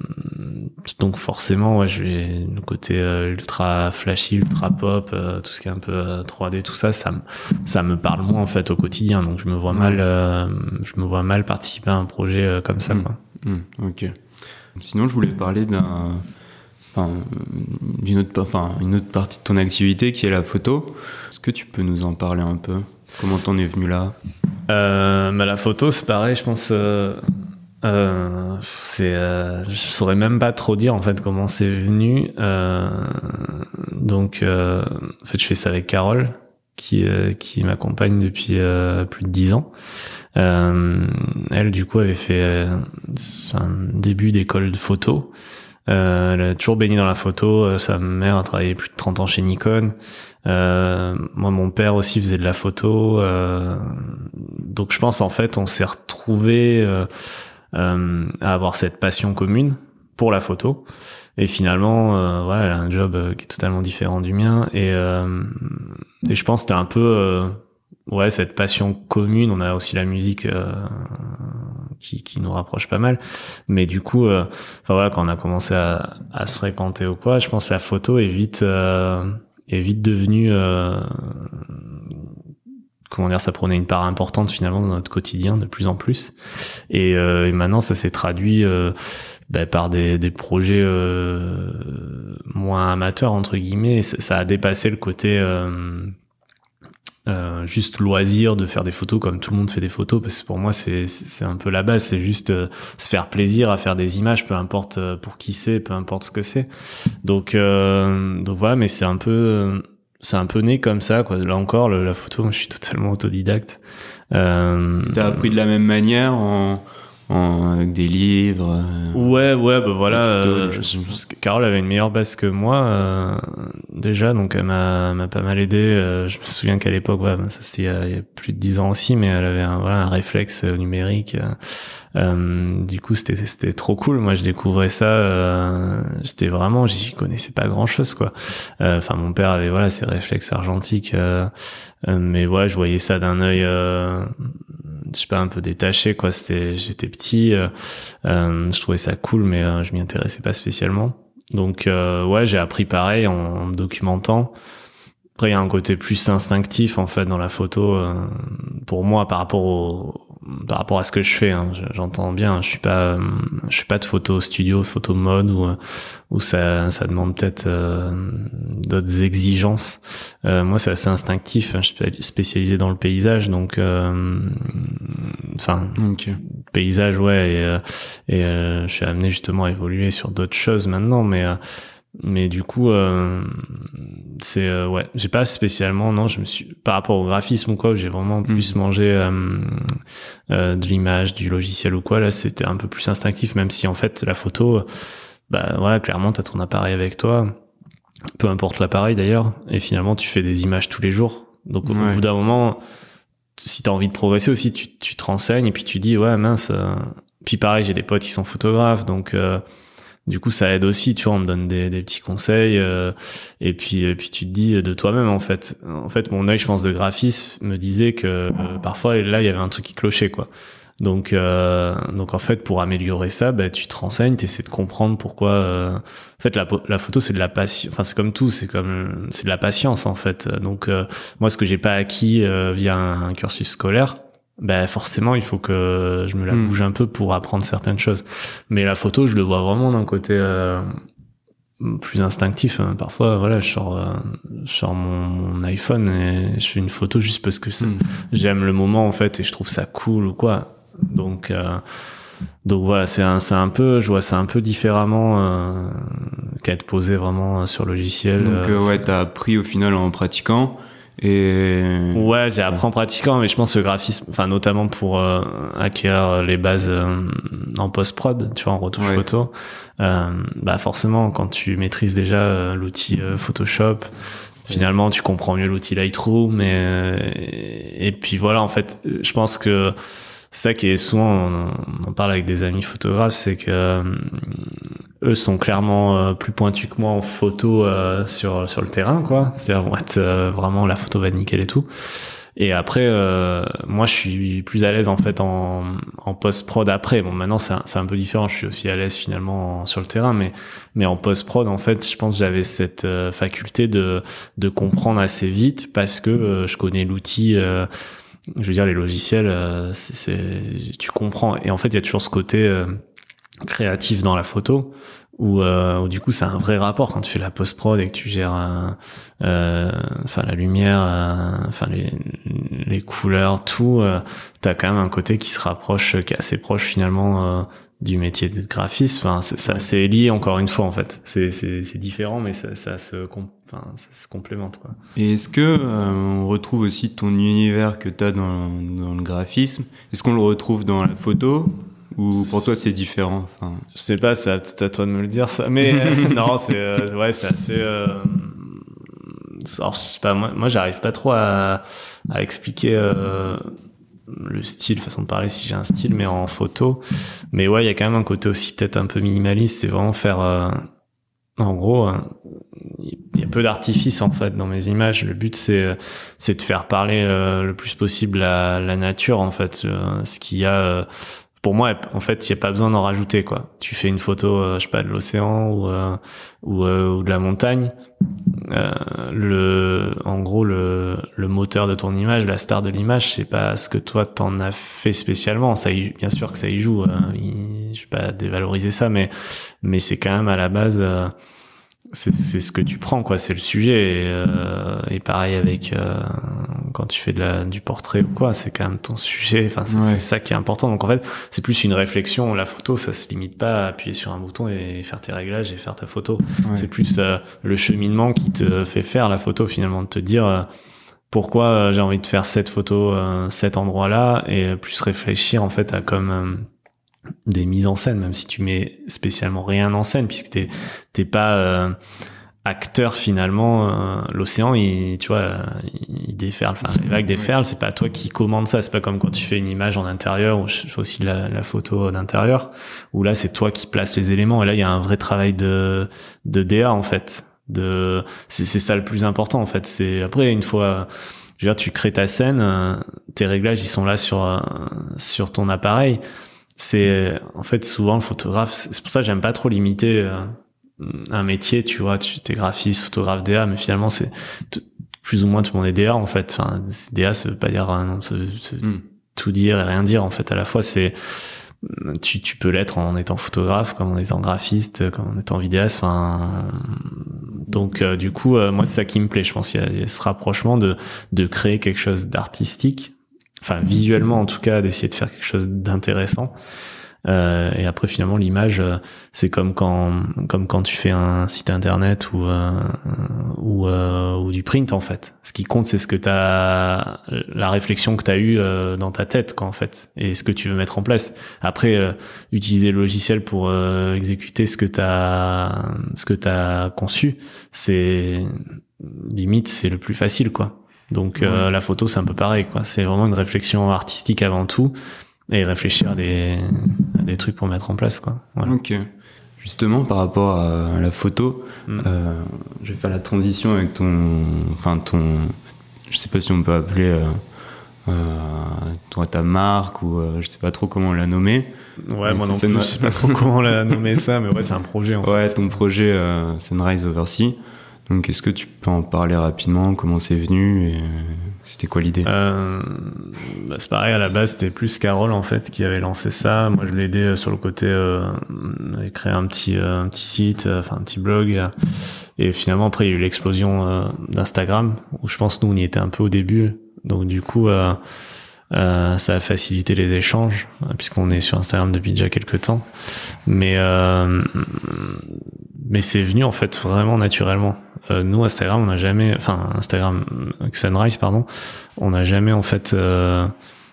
donc forcément ouais, je vais le côté euh, ultra flashy, ultra pop, euh, tout ce qui est un peu euh, trois D, tout ça, ça me ça me parle moins en fait au quotidien, donc je me vois mal euh, je me vois mal participer à un projet euh, comme ça,
mmh.
quoi.
Mmh. Ok. Sinon, je voulais te parler d'un, enfin, d'une autre, enfin, une autre partie de ton activité qui est la photo. Est-ce que tu peux nous en parler un peu? Comment t'en es venu là?
Euh, bah la photo, c'est pareil, je pense. Euh, euh, c'est, euh, je saurais même pas trop dire en fait comment c'est venu. Euh, donc, euh, en fait, je fais ça avec Carole, qui euh, qui m'accompagne depuis euh, plus de dix ans. Euh, elle, du coup, avait fait euh, un début d'école de photo. Euh, elle a toujours baigné dans la photo. Euh, sa mère a travaillé plus de trente ans chez Nikon. Euh, moi, mon père aussi faisait de la photo. Euh, donc, je pense, en fait, on s'est retrouvés euh, euh, à avoir cette passion commune pour la photo. Et finalement, euh, ouais, elle a un job euh, qui est totalement différent du mien. Et, euh, et je pense que c'était un peu... Euh, ouais, cette passion commune. On a aussi la musique euh, qui, qui nous rapproche pas mal. Mais du coup, euh, enfin voilà, quand on a commencé à, à se fréquenter ou quoi, je pense que la photo est vite, euh, est vite devenue, euh, comment dire, ça prenait une part importante finalement dans notre quotidien de plus en plus. Et, euh, et maintenant, ça s'est traduit euh, bah, par des, des projets euh, moins amateurs entre guillemets. Et ça, ça a dépassé le côté euh, Euh, juste loisir de faire des photos comme tout le monde fait des photos, parce que pour moi c'est c'est un peu la base, c'est juste euh, se faire plaisir à faire des images, peu importe euh, pour qui c'est, peu importe ce que c'est. Donc euh, donc voilà, mais c'est un peu euh, c'est un peu né comme ça quoi. Là encore le, la photo, moi je suis totalement autodidacte. Euh,
T'as appris de la même manière en, en avec des livres? Euh,
ouais ouais bah voilà.
tutos,
Euh, je pense que Carole avait une meilleure base que moi euh, déjà, donc elle m'a m'a pas mal aidé. Euh, je me souviens qu'à l'époque, ouais, ça c'était il y, a, il y a plus de dix ans aussi, mais elle avait un voilà un réflexe numérique. Euh, euh, du coup, c'était c'était trop cool. Moi, je découvrais ça. Euh, j'étais vraiment, j'y connaissais pas grand chose quoi. Enfin, euh, mon père avait voilà ses réflexes argentiques, euh, euh, mais voilà, je voyais ça d'un œil. Euh, je sais pas, un peu détaché quoi. C'était, j'étais petit, euh, euh, je trouvais ça cool, mais euh, je m'y intéressais pas spécialement. Donc euh, ouais, j'ai appris pareil en, en me documentant. Après, il y a un côté plus instinctif en fait dans la photo euh, pour moi par rapport au par rapport à ce que je fais. Hein. J'entends bien, je suis pas je suis pas de photo studio, photo mode où où ça ça demande peut-être euh, d'autres exigences. Euh, moi, c'est assez instinctif. Hein. Je suis spécialisé dans le paysage, donc enfin euh,
okay.
paysage ouais et, euh, et euh, je suis amené justement à évoluer sur d'autres choses maintenant, mais euh, mais du coup euh, c'est euh, ouais j'ai pas spécialement non je me suis par rapport au graphisme ou quoi où j'ai vraiment plus mmh. mangé euh, euh, de l'image du logiciel ou quoi, là c'était un peu plus instinctif, même si en fait la photo bah ouais clairement t'as ton appareil avec toi, peu importe l'appareil d'ailleurs, et finalement tu fais des images tous les jours, donc au,
ouais.
au bout d'un moment si t'as envie de progresser aussi tu tu te renseignes et puis tu dis ouais mince euh, puis pareil, j'ai des potes qui sont photographes, donc euh, du coup ça aide aussi, tu vois, on me donne des, des petits conseils, euh, et puis et puis tu te dis de toi-même en fait. En fait, mon œil, je pense, de graphiste me disait que euh, parfois là il y avait un truc qui clochait, quoi. Donc euh, donc en fait, pour améliorer ça, bah tu te renseignes, t'essaies de comprendre pourquoi. Euh, en fait, la la photo c'est de la patience. Enfin, c'est comme tout, c'est comme c'est de la patience en fait. Donc euh, moi, ce que j'ai pas acquis euh, via un, un cursus scolaire, ben forcément il faut que je me la bouge un peu pour apprendre certaines choses. Mais la photo, je le vois vraiment d'un côté euh, plus instinctif. Parfois, voilà, je sors, euh, je sors mon, mon iPhone et je fais une photo juste parce que ça, mm. j'aime le moment en fait et je trouve ça cool ou quoi. Donc euh, donc voilà, c'est un c'est un peu, je vois ça un peu différemment euh, qu'être posé vraiment sur logiciel.
Donc euh, ouais, t'as appris au final en pratiquant. Et
ouais, j'ai appris en pratiquant, mais je pense que le graphisme, enfin notamment pour euh, acquérir les bases euh, en post-prod, tu vois, en retouche ouais. photo, euh, bah forcément quand tu maîtrises déjà euh, l'outil euh, Photoshop, finalement tu comprends mieux l'outil Lightroom, et, euh, et puis voilà, en fait, je pense que ça qui est souvent, on en parle avec des amis photographes, c'est que euh, eux sont clairement euh, plus pointus que moi en photo euh, sur sur le terrain, quoi. C'est-à-dire vont être euh, vraiment, la photo va être nickel et tout. Et après, euh, moi, je suis plus à l'aise en fait en en post prod après. Bon, maintenant c'est un, c'est un peu différent. Je suis aussi à l'aise finalement en, sur le terrain, mais mais en post prod, en fait, je pense que j'avais cette euh, faculté de de comprendre assez vite parce que euh, je connais l'outil. Euh, je veux dire, les logiciels, euh, c'est, c'est tu comprends. Et en fait, il y a toujours ce côté euh, créatif dans la photo où, euh, où du coup c'est un vrai rapport quand tu fais la post-prod et que tu gères enfin euh, la lumière, enfin euh, les les couleurs, tout, euh, t'as quand même un côté qui se rapproche, qui est assez proche finalement euh, du métier de graphiste. Enfin, c'est, ça c'est lié encore une fois en fait. C'est c'est c'est différent, mais ça ça se enfin ça se complémente, quoi.
Et est-ce que euh, on retrouve aussi ton univers que t'as dans dans le graphisme? Est-ce qu'on le retrouve dans la photo? Ou pour toi c'est différent? Enfin,
je sais pas, c'est à, c'est à toi de me le dire ça. Mais euh, non, c'est euh, ouais, c'est assez. Euh... Alors, je sais pas, moi, moi, j'arrive pas trop à, à expliquer euh, le style, façon de parler, si j'ai un style, mais en photo. Mais ouais, il y a quand même un côté aussi peut-être un peu minimaliste. C'est vraiment faire. Euh, en gros, il euh, y a peu d'artifice en fait dans mes images. Le but c'est c'est de faire parler euh, le plus possible la, la nature en fait. Euh, ce qu'il y a. Euh, Pour moi, en fait, il n'y a pas besoin d'en rajouter, quoi. Tu fais une photo, euh, je sais pas, de l'océan ou euh, ou, euh, ou de la montagne. Euh, le, en gros, le le moteur de ton image, la star de l'image, c'est pas ce que toi t'en as fait spécialement. Ça, y, bien sûr que ça y joue. Euh, il, je vais pas dévaloriser ça, mais mais c'est quand même à la base. Euh, c'est c'est ce que tu prends, quoi, c'est le sujet. Et, euh, et pareil avec euh, quand tu fais de la du portrait ou quoi, c'est quand même ton sujet, enfin c'est, ouais. c'est ça qui est important. Donc en fait c'est plus une réflexion. La photo, ça se limite pas à appuyer sur un bouton et faire tes réglages et faire ta photo. Ouais. C'est plus euh, le cheminement qui te fait faire la photo, finalement, de te dire euh, pourquoi euh, j'ai envie de faire cette photo, euh, cet endroit là, et plus réfléchir en fait à comme euh, des mises en scène, même si tu mets spécialement rien en scène, puisque t'es t'es pas euh, acteur finalement. Euh, l'océan, il, tu vois, il déferle, enfin les vagues déferlent, c'est pas toi qui commande ça. C'est pas comme quand tu fais une image en intérieur, ou je fais aussi de la, la photo d'intérieur, où là c'est toi qui places les éléments, et là il y a un vrai travail de de D A en fait. De c'est c'est ça le plus important en fait. C'est après, une fois, je veux dire, tu crées ta scène, euh, tes réglages ils sont là sur euh, sur ton appareil. C'est en fait souvent le photographe, c'est pour ça que j'aime pas trop limiter euh, un métier, tu vois, tu t'es graphiste, photographe, D A, mais finalement c'est t- plus ou moins tout le monde est D A en fait. Enfin, D A ça veut pas dire euh, non, ça veut, ça veut mm. tout dire et rien dire en fait à la fois. C'est tu tu peux l'être en étant photographe, comme en étant graphiste, comme en étant vidéaste. Enfin, donc euh, du coup euh, moi c'est ça qui me plaît. Je pense qu'il y a, il y a ce rapprochement de de créer quelque chose d'artistique. Enfin, visuellement, en tout cas, d'essayer de faire quelque chose d'intéressant. Euh, et après, finalement, l'image, euh, c'est comme quand, comme quand tu fais un site internet ou, euh, ou, euh, ou du print, en fait. Ce qui compte, c'est ce que t'as, la réflexion que t'as eue euh, dans ta tête, quoi, en fait, et ce que tu veux mettre en place. Après, euh, utiliser le logiciel pour euh, exécuter ce que t'as, ce que t'as conçu, c'est limite, c'est le plus facile, quoi. Donc ouais. euh, la photo c'est un peu pareil, quoi. C'est vraiment une réflexion artistique avant tout, et réfléchir à des, à des trucs pour mettre en place, quoi. Voilà.
Ok. Justement, par rapport à la photo, mm. euh, je vais faire la transition avec ton, enfin ton, je sais pas si on peut appeler euh, euh, toi ta marque ou euh, je sais pas trop comment la nommer.
Ouais, moi non plus, je sais pas trop comment la nommer ça, mais ouais, c'est un projet en
ouais,
fait.
ton projet euh, Sunrise Oversea. Donc, est-ce que tu peux en parler rapidement? Comment c'est venu et c'était quoi l'idée?
euh, bah, C'est pareil, à la base, c'était plus Carole, en fait, qui avait lancé ça. Moi, je l'ai aidé sur le côté... Euh, avait créé un petit, euh, un petit site, enfin, euh, un petit blog. Euh, et finalement, après, il y a eu l'explosion euh, d'Instagram, où je pense, nous, on y était un peu au début. Donc, du coup... Euh, Euh, ça a facilité les échanges puisqu'on est sur Instagram depuis déjà quelques temps, mais euh, mais c'est venu en fait vraiment naturellement. Euh, nous Instagram, on n'a jamais, enfin Instagram Sunrise pardon, on n'a jamais en fait euh,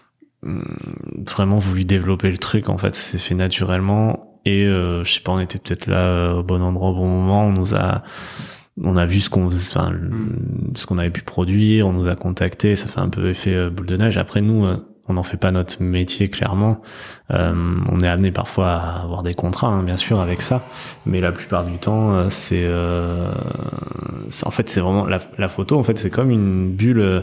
vraiment voulu développer le truc. En fait, c'est fait naturellement et euh, je sais pas, on était peut-être là euh, au bon endroit au bon moment. On nous a On a vu ce qu'on, enfin, mm. ce qu'on avait pu produire, on nous a contactés, ça fait un peu effet euh, boule de neige. Après, nous, euh, on n'en fait pas notre métier, clairement. Euh, on est amené parfois à avoir des contrats, hein, bien sûr, avec ça. Mais la plupart du temps, euh, c'est, euh, c'est, en fait, c'est vraiment, la, la photo, en fait, c'est comme une bulle. Euh,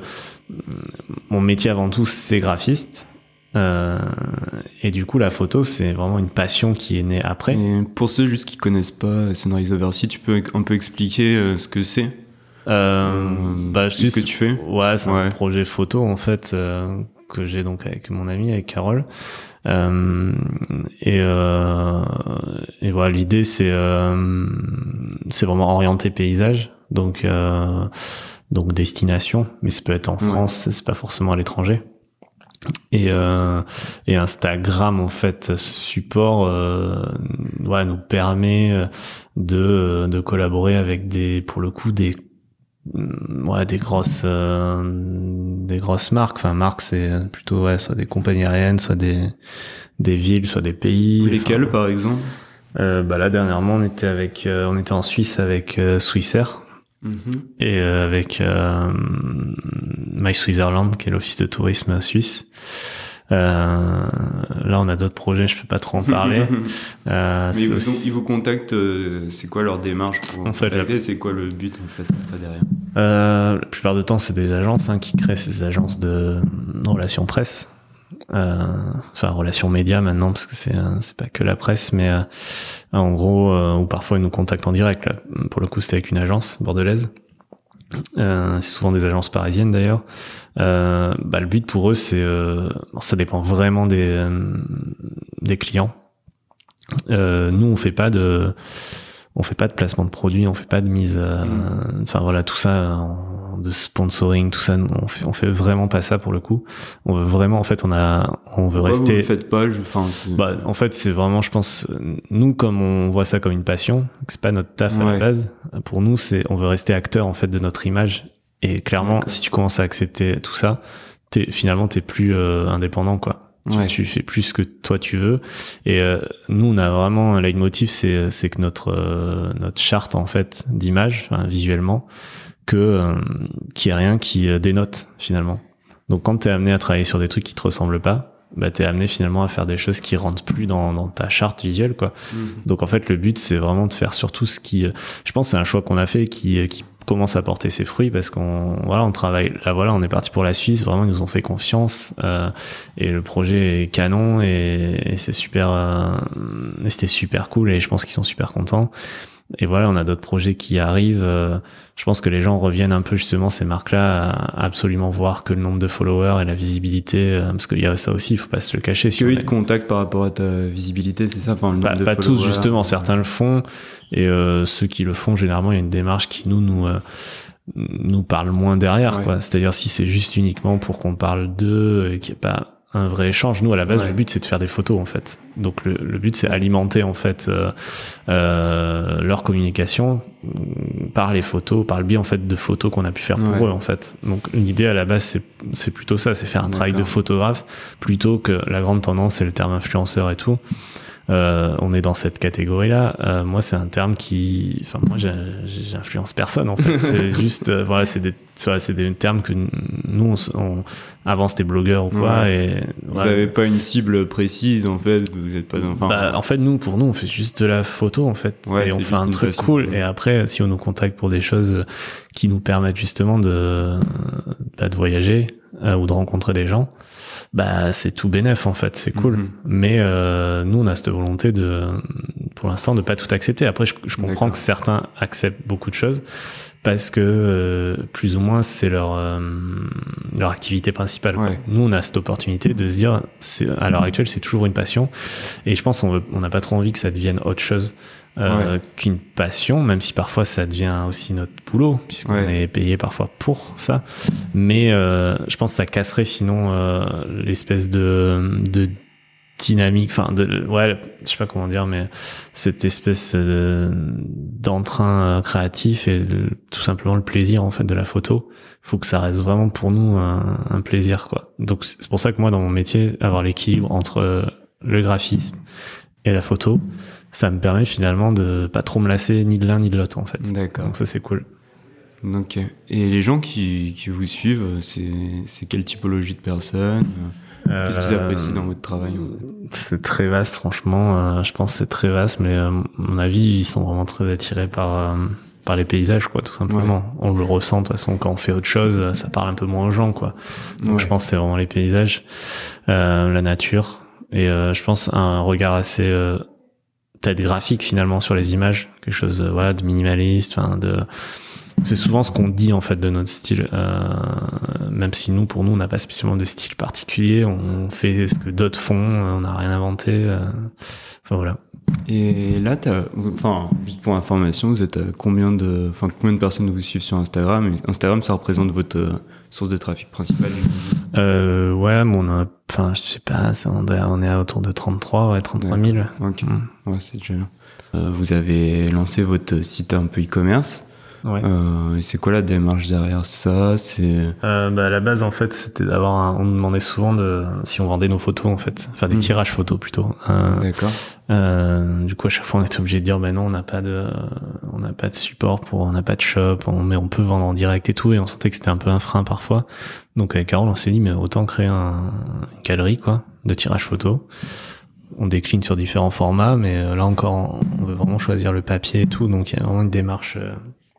mon métier avant tout, c'est graphiste. Euh, et du coup, la photo, c'est vraiment une passion qui est née après.
Et pour ceux juste qui connaissent pas Sunrise Oversea, tu peux un peu expliquer euh, ce que c'est
euh, euh, bah, je
ce que tu fais.
Ouais, c'est
ouais.
un projet photo en fait euh, que j'ai donc avec mon ami, avec Carole. Euh, et, euh, et voilà, l'idée c'est euh, c'est vraiment orienté paysage, donc euh, donc destination, mais ça peut être en France, ouais. C'est pas forcément à l'étranger. Et, euh, et Instagram en fait ce support euh, ouais, nous permet de de collaborer avec des pour le coup des ouais des grosses euh, des grosses marques. Enfin marques c'est plutôt ouais soit des compagnies aériennes, soit des des villes, soit des pays.
Lesquelles par exemple?
Euh, bah là dernièrement on était avec euh, on était en Suisse avec euh, Swissair. Mm-hmm. Et euh, avec euh, My Switzerland qui est l'office de tourisme suisse. Euh, là on a d'autres projets, je peux pas trop en parler.
euh, mais ils vous, aussi... ils vous contactent, euh, c'est quoi leur démarche pour
en fait,
contacter, la... c'est quoi le but en fait derrière?
euh, La plupart du temps c'est des agences hein, qui créent ces agences de, de relations presse. Euh, enfin relations médias maintenant parce que c'est c'est pas que la presse, mais euh, en gros euh, ou parfois ils nous contactent en direct. Là, pour le coup c'était avec une agence bordelaise. Euh, c'est souvent des agences parisiennes d'ailleurs. Euh, bah, le but pour eux c'est euh, ça dépend vraiment des euh, des clients. Euh, nous on fait pas de on fait pas de placement de produits, on fait pas de mise euh, mmh. enfin voilà tout ça de sponsoring, tout ça on fait on fait vraiment pas ça pour le coup. On veut vraiment en fait on a on veut
Pourquoi
rester
vous le faites pas je... enfin,
bah en fait c'est vraiment je pense nous comme on voit ça comme une passion, c'est pas notre taf ouais. à la base. Pour nous c'est on veut rester acteur en fait de notre image et clairement okay. si tu commences à accepter tout ça, t'es finalement t'es plus euh, indépendant quoi. Tu, ouais. tu fais plus ce que toi tu veux et euh, nous on a vraiment un leitmotiv c'est c'est que notre euh, notre charte en fait d'image enfin, visuellement que euh, qu'il y ait rien qui euh, dénote finalement. Donc quand t'es amené à travailler sur des trucs qui te ressemblent pas, bah t'es amené finalement à faire des choses qui rentrent plus dans dans ta charte visuelle quoi. Mmh. Donc en fait le but c'est vraiment de faire surtout ce qui euh, je pense c'est un choix qu'on a fait qui qui commence à porter ses fruits parce qu'on voilà on travaille là voilà on est parti pour la Suisse, vraiment ils nous ont fait confiance euh, et le projet est canon et, et c'est super euh, et c'était super cool et je pense qu'ils sont super contents et voilà on a d'autres projets qui arrivent. euh, je pense que les gens reviennent un peu justement ces marques là à absolument voir que le nombre de followers et la visibilité euh, parce qu'il y a ça aussi il faut pas se le cacher
si ils te contactent par rapport à ta visibilité c'est ça enfin le nombre
pas,
de
pas
followers
tous justement certains le font et euh, ceux qui le font généralement il y a une démarche qui nous nous euh, nous parle moins derrière ouais. quoi c'est-à-dire si c'est juste uniquement pour qu'on parle d'eux et qu'il n'y ait pas un vrai échange. Nous, à la base, ouais. le but, c'est de faire des photos, en fait. Donc, le, le but, c'est alimenter, en fait, euh, euh, leur communication par les photos, par le biais, en fait, de photos qu'on a pu faire pour ouais. eux, en fait. Donc, l'idée, à la base, c'est, c'est plutôt ça, c'est faire un D'accord. travail de photographe, plutôt que la grande tendance, c'est le terme influenceur et tout. euh, on est dans cette catégorie-là. Euh, moi, c'est un terme qui, enfin, moi, j'ai, j'influence personne en fait. C'est juste, euh, voilà, c'est des, c'est des termes que nous, on, on avant c'était blogueur ou quoi. Ouais. Et
vous ouais. avez pas une cible précise en fait. Vous êtes pas. Enfin,
bah, en fait, nous, pour nous, on fait juste de la photo en fait, ouais, et on fait un truc passion, cool. Ouais. Et après, si on nous contacte pour des choses qui nous permettent justement de, bah, de voyager euh, ou de rencontrer des gens, bah c'est tout bénef en fait, c'est cool. Mm-hmm. Mais euh, nous, on a cette volonté de, pour l'instant, de pas tout accepter. Après, je, je comprends D'accord. que certains acceptent beaucoup de choses parce que euh, plus ou moins c'est leur euh, leur activité principale. Ouais. Nous, on a cette opportunité de se dire, c'est, à l'heure actuelle, c'est toujours une passion, et je pense qu'on veut, on n'a pas trop envie que ça devienne autre chose. Euh, ouais. qu'une passion, même si parfois ça devient aussi notre boulot, puisqu'on ouais. est payé parfois pour ça. Mais euh, je pense que ça casserait sinon euh, l'espèce de, de dynamique, enfin, de, ouais, je sais pas comment dire, mais cette espèce de, d'entrain créatif et le, tout simplement le plaisir en fait de la photo. Faut que ça reste vraiment pour nous un, un plaisir, quoi. Donc c'est pour ça que moi, dans mon métier, avoir l'équilibre entre le graphisme et la photo, ça me permet finalement de pas trop me lasser ni de l'un ni de l'autre en fait.
D'accord.
Donc ça c'est cool.
Ok. Et les gens qui, qui vous suivent, c'est, c'est quelle typologie de personnes ? euh, Qu'est-ce qu'ils apprécient dans votre travail ?
C'est très vaste franchement. Euh, je pense que c'est très vaste, mais euh, à mon avis ils sont vraiment très attirés par euh, par les paysages, quoi, tout simplement. Ouais. On le ressent de toute façon quand on fait autre chose, ça parle un peu moins aux gens, quoi. Donc ouais. je pense que c'est vraiment les paysages, euh, la nature, et euh, je pense un regard assez euh, peut-être graphique finalement sur les images, quelque chose euh, voilà de minimaliste, enfin de c'est souvent ce qu'on dit en fait de notre style, euh, même si nous pour nous on n'a pas spécialement de style particulier, on fait ce que d'autres font, on n'a rien inventé, euh, enfin voilà.
Et là t'as, enfin juste pour information, vous êtes à combien de, enfin combien de personnes vous suivent sur Instagram ? Et Instagram, ça représente votre euh, source de trafic principale ?
Euh, ouais, mais on a, enfin je sais pas, ça, on est à autour de trente-trois, ouais, trente-trois mille.
Ok, mmh. ouais, c'est déjà bien. Euh, vous avez lancé votre site un peu e-commerce.
Ouais.
Euh, c'est quoi la démarche derrière ça ? C'est
euh, bah à la base en fait c'était d'avoir un, on nous demandait souvent de si on vendait nos photos en fait, enfin des mmh. tirages photos plutôt. Euh,
D'accord.
Euh, du coup à chaque fois on était obligé de dire ben non on n'a pas de on n'a pas de support pour on n'a pas de shop, on, mais on peut vendre en direct et tout, et on sentait que c'était un peu un frein parfois. Donc avec Carole on s'est dit mais autant créer un, une galerie quoi de tirages photos. On décline sur différents formats, mais là encore on veut vraiment choisir le papier et tout, donc il y a vraiment une démarche. Euh,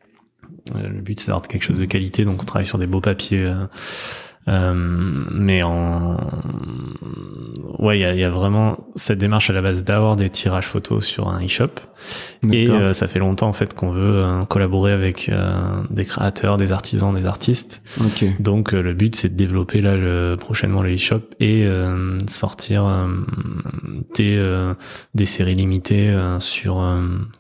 Le but c'est d'avoir quelque chose de qualité, donc on travaille sur des beaux papiers, euh, euh, mais en ouais il y a, y a vraiment cette démarche à la base d'avoir des tirages photos sur un e-shop. D'accord. Et euh, ça fait longtemps en fait qu'on veut euh, collaborer avec euh, des créateurs, des artisans, des artistes.
Okay.
Donc euh, le but c'est de développer là le, prochainement le e-shop et euh, sortir euh, des euh, des séries limitées euh, sur euh,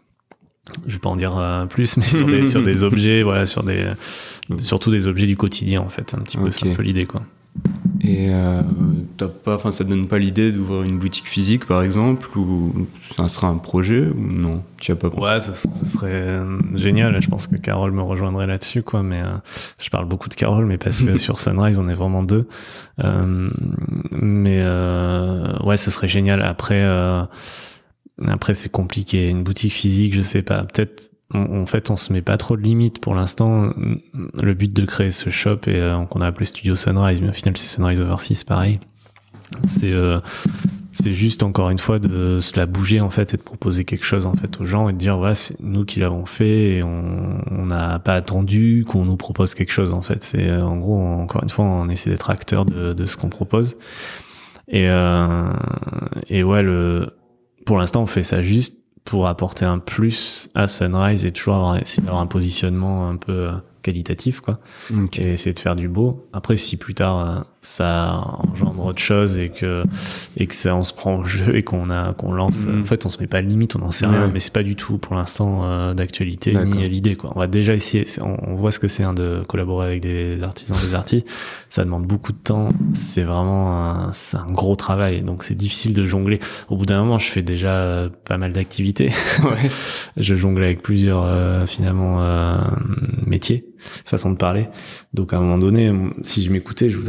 je vais pas en dire euh, plus, mais sur des sur des objets, voilà, sur des surtout des objets du quotidien en fait, un petit peu, okay. C'est un peu l'idée quoi.
Et euh, t'as pas, enfin ça te donne pas l'idée d'ouvrir une boutique physique par exemple, ou ça sera un projet ou non, tu as pas pensé?
Ouais, ça, ça serait génial. Je pense que Carole me rejoindrait là-dessus quoi, mais euh, je parle beaucoup de Carole, mais parce que sur Sunrise on est vraiment deux. Euh, mais euh, ouais, ce serait génial. Après. Euh, Après, c'est compliqué. Une boutique physique, je sais pas. Peut-être, on, en fait, on se met pas trop de limites pour l'instant. Le but de créer ce shop et euh, qu'on a appelé Studio Sunrise, mais au final, c'est Sunrise Overseas, pareil. C'est, euh, c'est juste encore une fois de se la bouger en fait et de proposer quelque chose en fait aux gens et de dire voilà, c'est nous qui l'avons fait et on on n'a pas attendu qu'on nous propose quelque chose en fait. C'est euh, en gros, encore une fois, on essaie d'être acteur de, de ce qu'on propose. Et euh, et ouais le Pour l'instant, on fait ça juste pour apporter un plus à Sunrise et toujours avoir, essayer d'avoir un positionnement un peu qualitatif, quoi. Okay. Et essayer de faire du beau. Après, si plus tard ça engendre autre chose et que et que ça on se prend au jeu et qu'on a qu'on lance, mmh. en fait, on se met pas de limite, on n'en sait ouais. rien, mais c'est pas du tout pour l'instant euh, d'actualité. D'accord. Ni l'idée, quoi. On va déjà essayer. On, on voit ce que c'est hein, de collaborer avec des artisans, des artistes. Ça demande beaucoup de temps. C'est vraiment un, c'est un gros travail, donc c'est difficile de jongler. Au bout d'un moment, je fais déjà pas mal d'activités. Ouais. Je jongle avec plusieurs euh, finalement euh, métiers, façon de parler. Donc à un moment donné, si je m'écoutais, je voudrais faire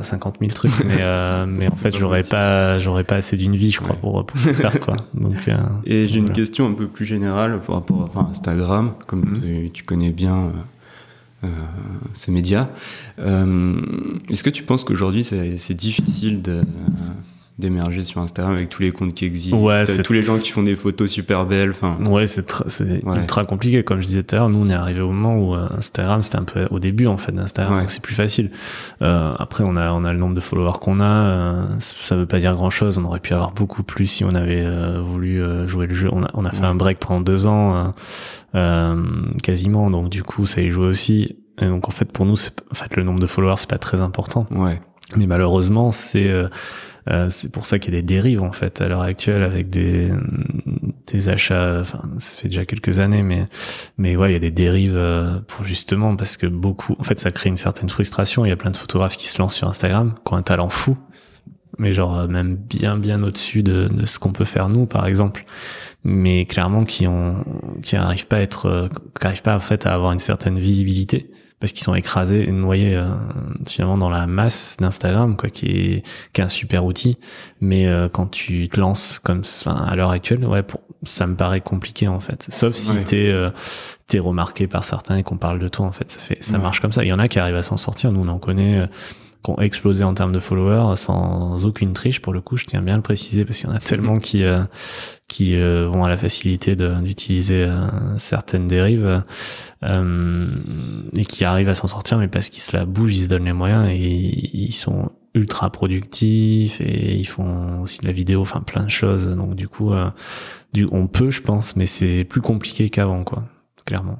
faire cinquante mille trucs, mais euh, mais en fait j'aurais pas j'aurais pas assez d'une vie, je crois, ouais. pour pour le faire quoi. Donc euh,
et j'ai
voilà.
une question un peu plus générale par rapport à enfin, Instagram, comme mmh. tu, tu connais bien euh, ces médias. Euh, est-ce que tu penses qu'aujourd'hui c'est, c'est difficile de d'émerger sur Instagram avec tous les comptes qui existent,
ouais, c'est
tous les gens qui font des photos super belles, enfin
ouais c'est tr- c'est ouais. ultra compliqué, comme je disais tout à l'heure. Nous on est arrivé au moment où euh, Instagram c'était un peu au début en fait d'Instagram, ouais. donc c'est plus facile. Euh, après on a on a le nombre de followers qu'on a, euh, ça veut pas dire grand chose. On aurait pu avoir beaucoup plus si on avait euh, voulu euh, jouer le jeu. On a on a fait ouais. un break pendant deux ans euh, euh, quasiment, donc du coup ça y joue aussi. Et donc en fait pour nous c'est, en fait le nombre de followers c'est pas très important.
Ouais.
Mais malheureusement c'est euh, Euh, c'est pour ça qu'il y a des dérives en fait à l'heure actuelle avec des des achats. Enfin, ça fait déjà quelques années, mais mais ouais, il y a des dérives euh, pour justement parce que beaucoup. En fait, ça crée une certaine frustration. Il y a plein de photographes qui se lancent sur Instagram, qui ont un talent fou, mais genre même bien bien au-dessus de de ce qu'on peut faire nous, par exemple. Mais clairement, qui ont qui arrivent pas à être, qui arrivent pas en fait à avoir une certaine visibilité. Parce qu'ils sont écrasés et noyés euh, finalement dans la masse d'Instagram, quoi, qui est qui est un super outil. Mais euh, quand tu te lances comme enfin, à l'heure actuelle, ouais, pour, ça me paraît compliqué en fait. Sauf si ouais. t'es euh, t'es remarqué par certains et qu'on parle de toi en fait. Ça fait ça ouais. marche comme ça. Il y en a qui arrivent à s'en sortir. Nous on en connaît. Euh, qui ont explosé en termes de followers sans aucune triche, pour le coup, je tiens bien à le préciser parce qu'il y en a tellement qui euh, qui euh, vont à la facilité de, d'utiliser euh, certaines dérives euh, et qui arrivent à s'en sortir, mais parce qu'ils se la bougent, ils se donnent les moyens et ils sont ultra productifs et ils font aussi de la vidéo, enfin plein de choses. Donc du coup, euh, du, on peut, je pense, mais c'est plus compliqué qu'avant, quoi, clairement.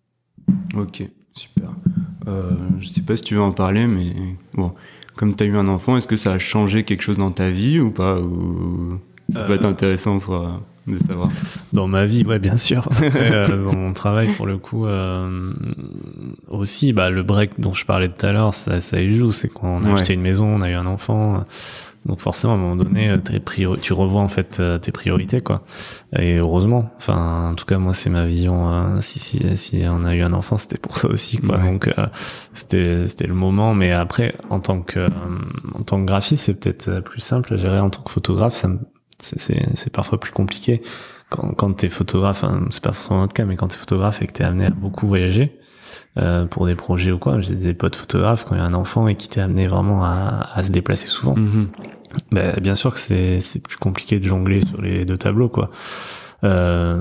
Ok, super. Euh, je sais pas si tu veux en parler, mais bon, comme tu as eu un enfant, est-ce que ça a changé quelque chose dans ta vie ou pas, ou ça peut euh... être intéressant pour, euh, de savoir.
Dans ma vie, ouais, bien sûr. euh, dans mon travail, pour le coup, euh, aussi, bah, le break dont je parlais tout à l'heure, ça, ça y joue. C'est qu'on a ouais. acheté une maison, on a eu un enfant. Donc forcément, à un moment donné, tes priori- tu revois en fait tes priorités, quoi. Et heureusement, enfin, en tout cas, moi, c'est ma vision. Euh, si si si on a eu un enfant, c'était pour ça aussi, quoi. Ouais. Donc euh, c'était c'était le moment. Mais après, en tant que euh, en tant que graphiste, c'est peut-être plus simple à gérer. En tant que photographe, ça me, c'est c'est c'est parfois plus compliqué. Quand quand t'es photographe, hein, c'est pas forcément notre cas, mais quand t'es photographe et que t'es amené à beaucoup voyager. Euh, pour des projets ou quoi, j'ai des potes photographes quand il y a un enfant et qui t'est amené vraiment à, à se déplacer souvent. Mm-hmm. Ben, bien sûr que c'est, c'est plus compliqué de jongler sur les deux tableaux, quoi. Euh,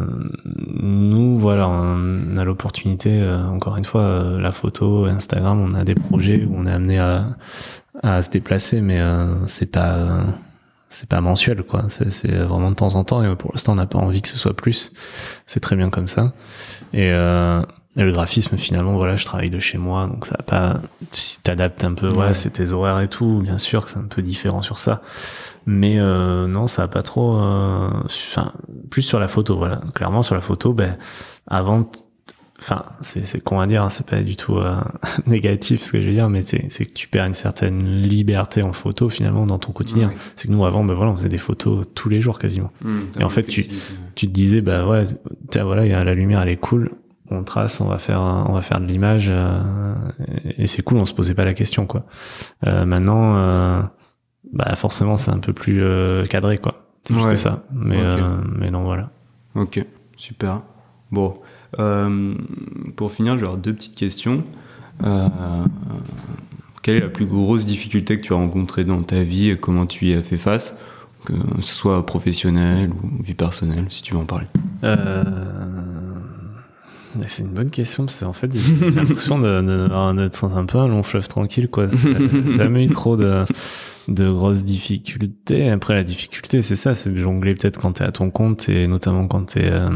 nous, voilà, on a l'opportunité, euh, encore une fois, euh, la photo, Instagram, on a des projets où on est amené à, à se déplacer, mais euh, c'est pas... Euh, c'est pas mensuel, quoi. C'est, c'est vraiment de temps en temps, et pour l'instant, on n'a pas envie que ce soit plus. C'est très bien comme ça. Et... Euh, Et le graphisme, finalement, voilà, je travaille de chez moi, donc ça va pas, si t'adaptes un peu, ouais, ouais, c'est tes horaires et tout, bien sûr que c'est un peu différent sur ça. Mais, euh, non, ça va pas trop, euh, enfin, plus sur la photo, voilà. Clairement, sur la photo, ben, avant, enfin, c'est, c'est con à dire, hein, c'est pas du tout, euh, négatif, ce que je veux dire, mais c'est, c'est que tu perds une certaine liberté en photo, finalement, dans ton quotidien. Ouais. C'est que nous, avant, ben voilà, on faisait des photos tous les jours, quasiment. Mmh, et en fait, tu, tu te disais, bah, ouais, tiens, voilà, y a la lumière, elle est cool. On trace, on va faire, on va faire de l'image, euh, et c'est cool, on se posait pas la question, quoi. Euh, maintenant, euh, bah forcément, c'est un peu plus euh, cadré, quoi. C'est juste ouais. ça. Mais, okay. euh, mais non, voilà.
Ok, super. Bon, euh, pour finir, j'ai deux petites questions. Euh, quelle est la plus grosse difficulté que tu as rencontrée dans ta vie et comment tu y as fait face, que ce soit professionnel ou vie personnelle, si tu veux en parler.
Euh... C'est une bonne question, parce qu'en fait, j'ai l'impression de, de, d'être un peu un long fleuve tranquille, quoi. J'ai jamais eu trop de, de grosses difficultés. Après, la difficulté, c'est ça, c'est de jongler peut-être quand t'es à ton compte, et notamment quand t'es... Euh...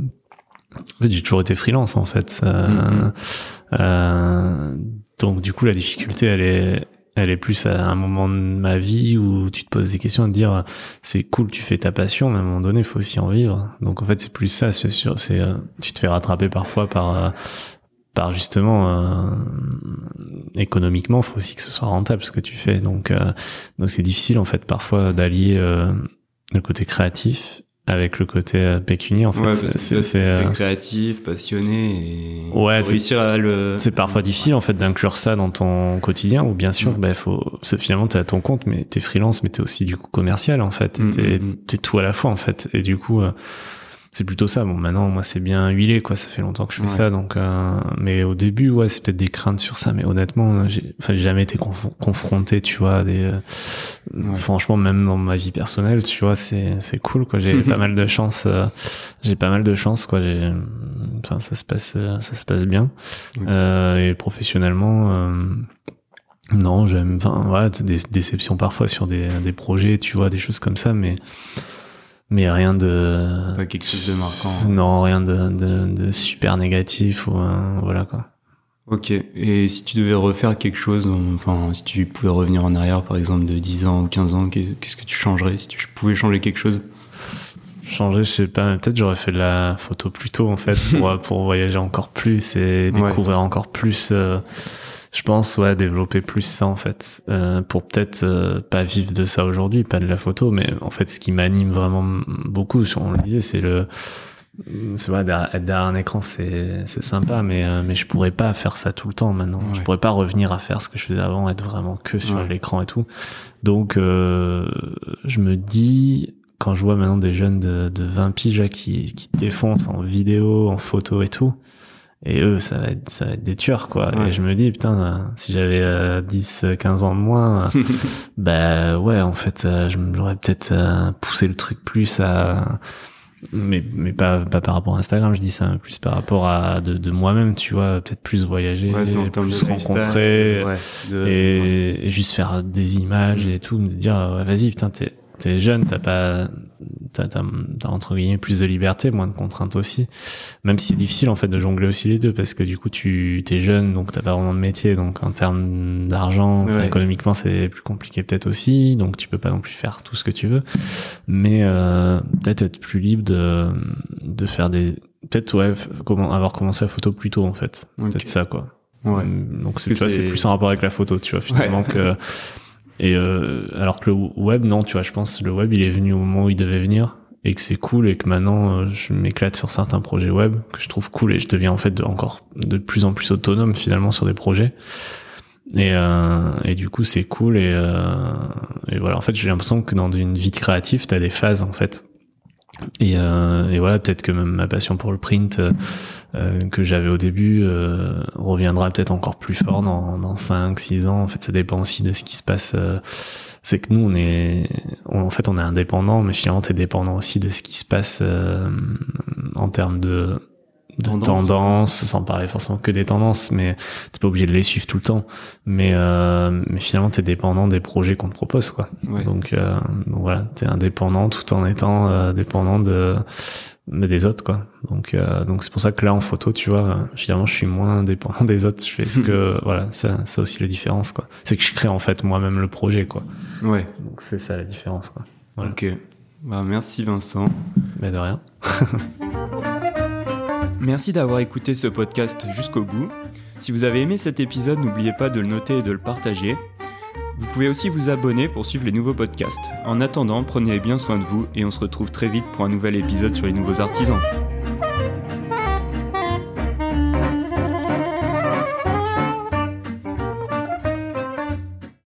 En fait, j'ai toujours été freelance, en fait. Euh, mm-hmm. euh, donc, du coup, la difficulté, elle est... Elle est plus à un moment de ma vie où tu te poses des questions à te dire c'est cool, tu fais ta passion, mais à un moment donné, il faut aussi en vivre. Donc en fait, c'est plus ça, c'est sûr, c'est euh, tu te fais rattraper parfois par euh, par justement euh, économiquement, il faut aussi que ce soit rentable ce que tu fais. Donc euh, donc c'est difficile en fait parfois d'allier euh, le côté créatif avec le côté euh, pécunier en fait.
Ouais,
c'est,
c'est,
c'est
très
euh...
créatif, passionné et
ouais, c'est,
réussir à le.
C'est parfois difficile en fait d'inclure ça dans ton quotidien où bien sûr, mmh. bah faut. C'est, finalement t'es à ton compte, mais t'es freelance, mais t'es aussi du coup commercial en fait. Mmh, t'es, mmh. t'es tout à la fois en fait, et du coup. Euh, c'est plutôt ça. Bon, maintenant, moi, c'est bien huilé, quoi. Ça fait longtemps que je fais ouais. ça, donc. Euh... Mais au début, ouais, c'est peut-être des craintes sur ça. Mais honnêtement, j'ai, enfin, j'ai jamais été conf... confronté, tu vois. Des. Euh... Ouais. Franchement, même dans ma vie personnelle, tu vois, c'est c'est cool, quoi. J'ai pas mal de chance. Euh... J'ai pas mal de chance, quoi. J'ai. Enfin, ça se passe, ça se passe bien. Ouais. Euh, et professionnellement. Euh... Non, j'aime. Enfin, ouais, des déceptions parfois sur des des projets, tu vois, des choses comme ça, mais. Mais rien de...
Pas quelque chose de marquant.
Non, rien de, de, de super négatif ou euh, voilà quoi.
Ok. Et si tu devais refaire quelque chose, enfin, si tu pouvais revenir en arrière, par exemple, de dix ans ou quinze ans, qu'est-ce que tu changerais si tu pouvais changer quelque chose?
Changer, je sais pas, peut-être j'aurais fait de la photo plus tôt en fait pour, pour voyager encore plus et découvrir ouais. encore plus... Euh, je pense, ouais, développer plus ça, en fait, euh, pour peut-être euh, pas vivre de ça aujourd'hui, pas de la photo, mais en fait, ce qui m'anime vraiment beaucoup, on le disait, c'est le... C'est vrai, être derrière un écran, c'est, c'est sympa, mais, euh, mais je pourrais pas faire ça tout le temps maintenant. Ouais. Je pourrais pas revenir à faire ce que je faisais avant, être vraiment que sur ouais. l'écran et tout. Donc, euh, je me dis... Quand je vois maintenant des jeunes de, de vingt piges là, qui, qui défoncent en vidéo, en photo et tout, et eux, ça va être, ça va être des tueurs, quoi. Ouais. Et je me dis, putain, euh, si j'avais euh, dix, quinze ans de moins, euh, bah ouais, en fait, euh, je m'aurais peut-être euh, poussé le truc plus à... Mais, mais pas, pas par rapport à Instagram, je dis ça, plus par rapport à de, de moi-même, tu vois, peut-être plus voyager,
ouais,
plus rencontrer, ouais, de, et, ouais. et juste faire des images mmh. et tout, me dire, ouais, vas-y, putain, t'es... T'es jeune, t'as pas, t'as, t'as, t'as entre guillemets plus de liberté, moins de contraintes aussi. Même si c'est difficile en fait de jongler aussi les deux, parce que du coup tu t'es jeune, donc t'as pas vraiment de métier, donc en termes d'argent, ouais. économiquement c'est plus compliqué peut-être aussi, donc tu peux pas non plus faire tout ce que tu veux. Mais euh, peut-être être plus libre de de faire des, peut-être ouais, comment avoir commencé la photo plus tôt en fait, okay. peut-être ça quoi. Ouais. Donc c'est, tu vois, c'est plus en rapport avec la photo, tu vois finalement ouais. que Et euh, alors que le web, non, tu vois, je pense que le web, il est venu au moment où il devait venir et que c'est cool et que maintenant, euh, je m'éclate sur certains projets web que je trouve cool et je deviens en fait de, encore de plus en plus autonome finalement sur des projets. Et, euh, et du coup, c'est cool et, euh, et voilà, en fait, j'ai l'impression que dans une vie de créatif, t'as des phases en fait. Et, euh, et voilà, peut-être que même ma passion pour le print euh, que j'avais au début euh, reviendra peut-être encore plus fort dans, dans cinq, six ans. En fait, ça dépend aussi de ce qui se passe. Euh, c'est que nous, on est, on, en fait, on est indépendant, mais finalement, t'es dépendant aussi de ce qui se passe euh, en termes de de tendance. tendance, sans parler forcément que des tendances, mais t'es pas obligé de les suivre tout le temps. Mais euh, mais finalement, t'es dépendant des projets qu'on te propose, quoi. Ouais, donc, euh, donc voilà, t'es indépendant tout en étant euh, dépendant de, de des autres, quoi. Donc euh, donc c'est pour ça que là en photo, tu vois, finalement, je suis moins dépendant des autres. Je fais ce que voilà, ça c'est aussi la différence, quoi. C'est que je crée en fait moi-même le projet, quoi. Ouais. Donc c'est ça la différence, quoi. Voilà.
Ok. Bah merci Vincent.
Mais de rien.
Merci d'avoir écouté ce podcast jusqu'au bout. Si vous avez aimé cet épisode, n'oubliez pas de le noter et de le partager. Vous pouvez aussi vous abonner pour suivre les nouveaux podcasts. En attendant, prenez bien soin de vous et on se retrouve très vite pour un nouvel épisode sur les nouveaux artisans.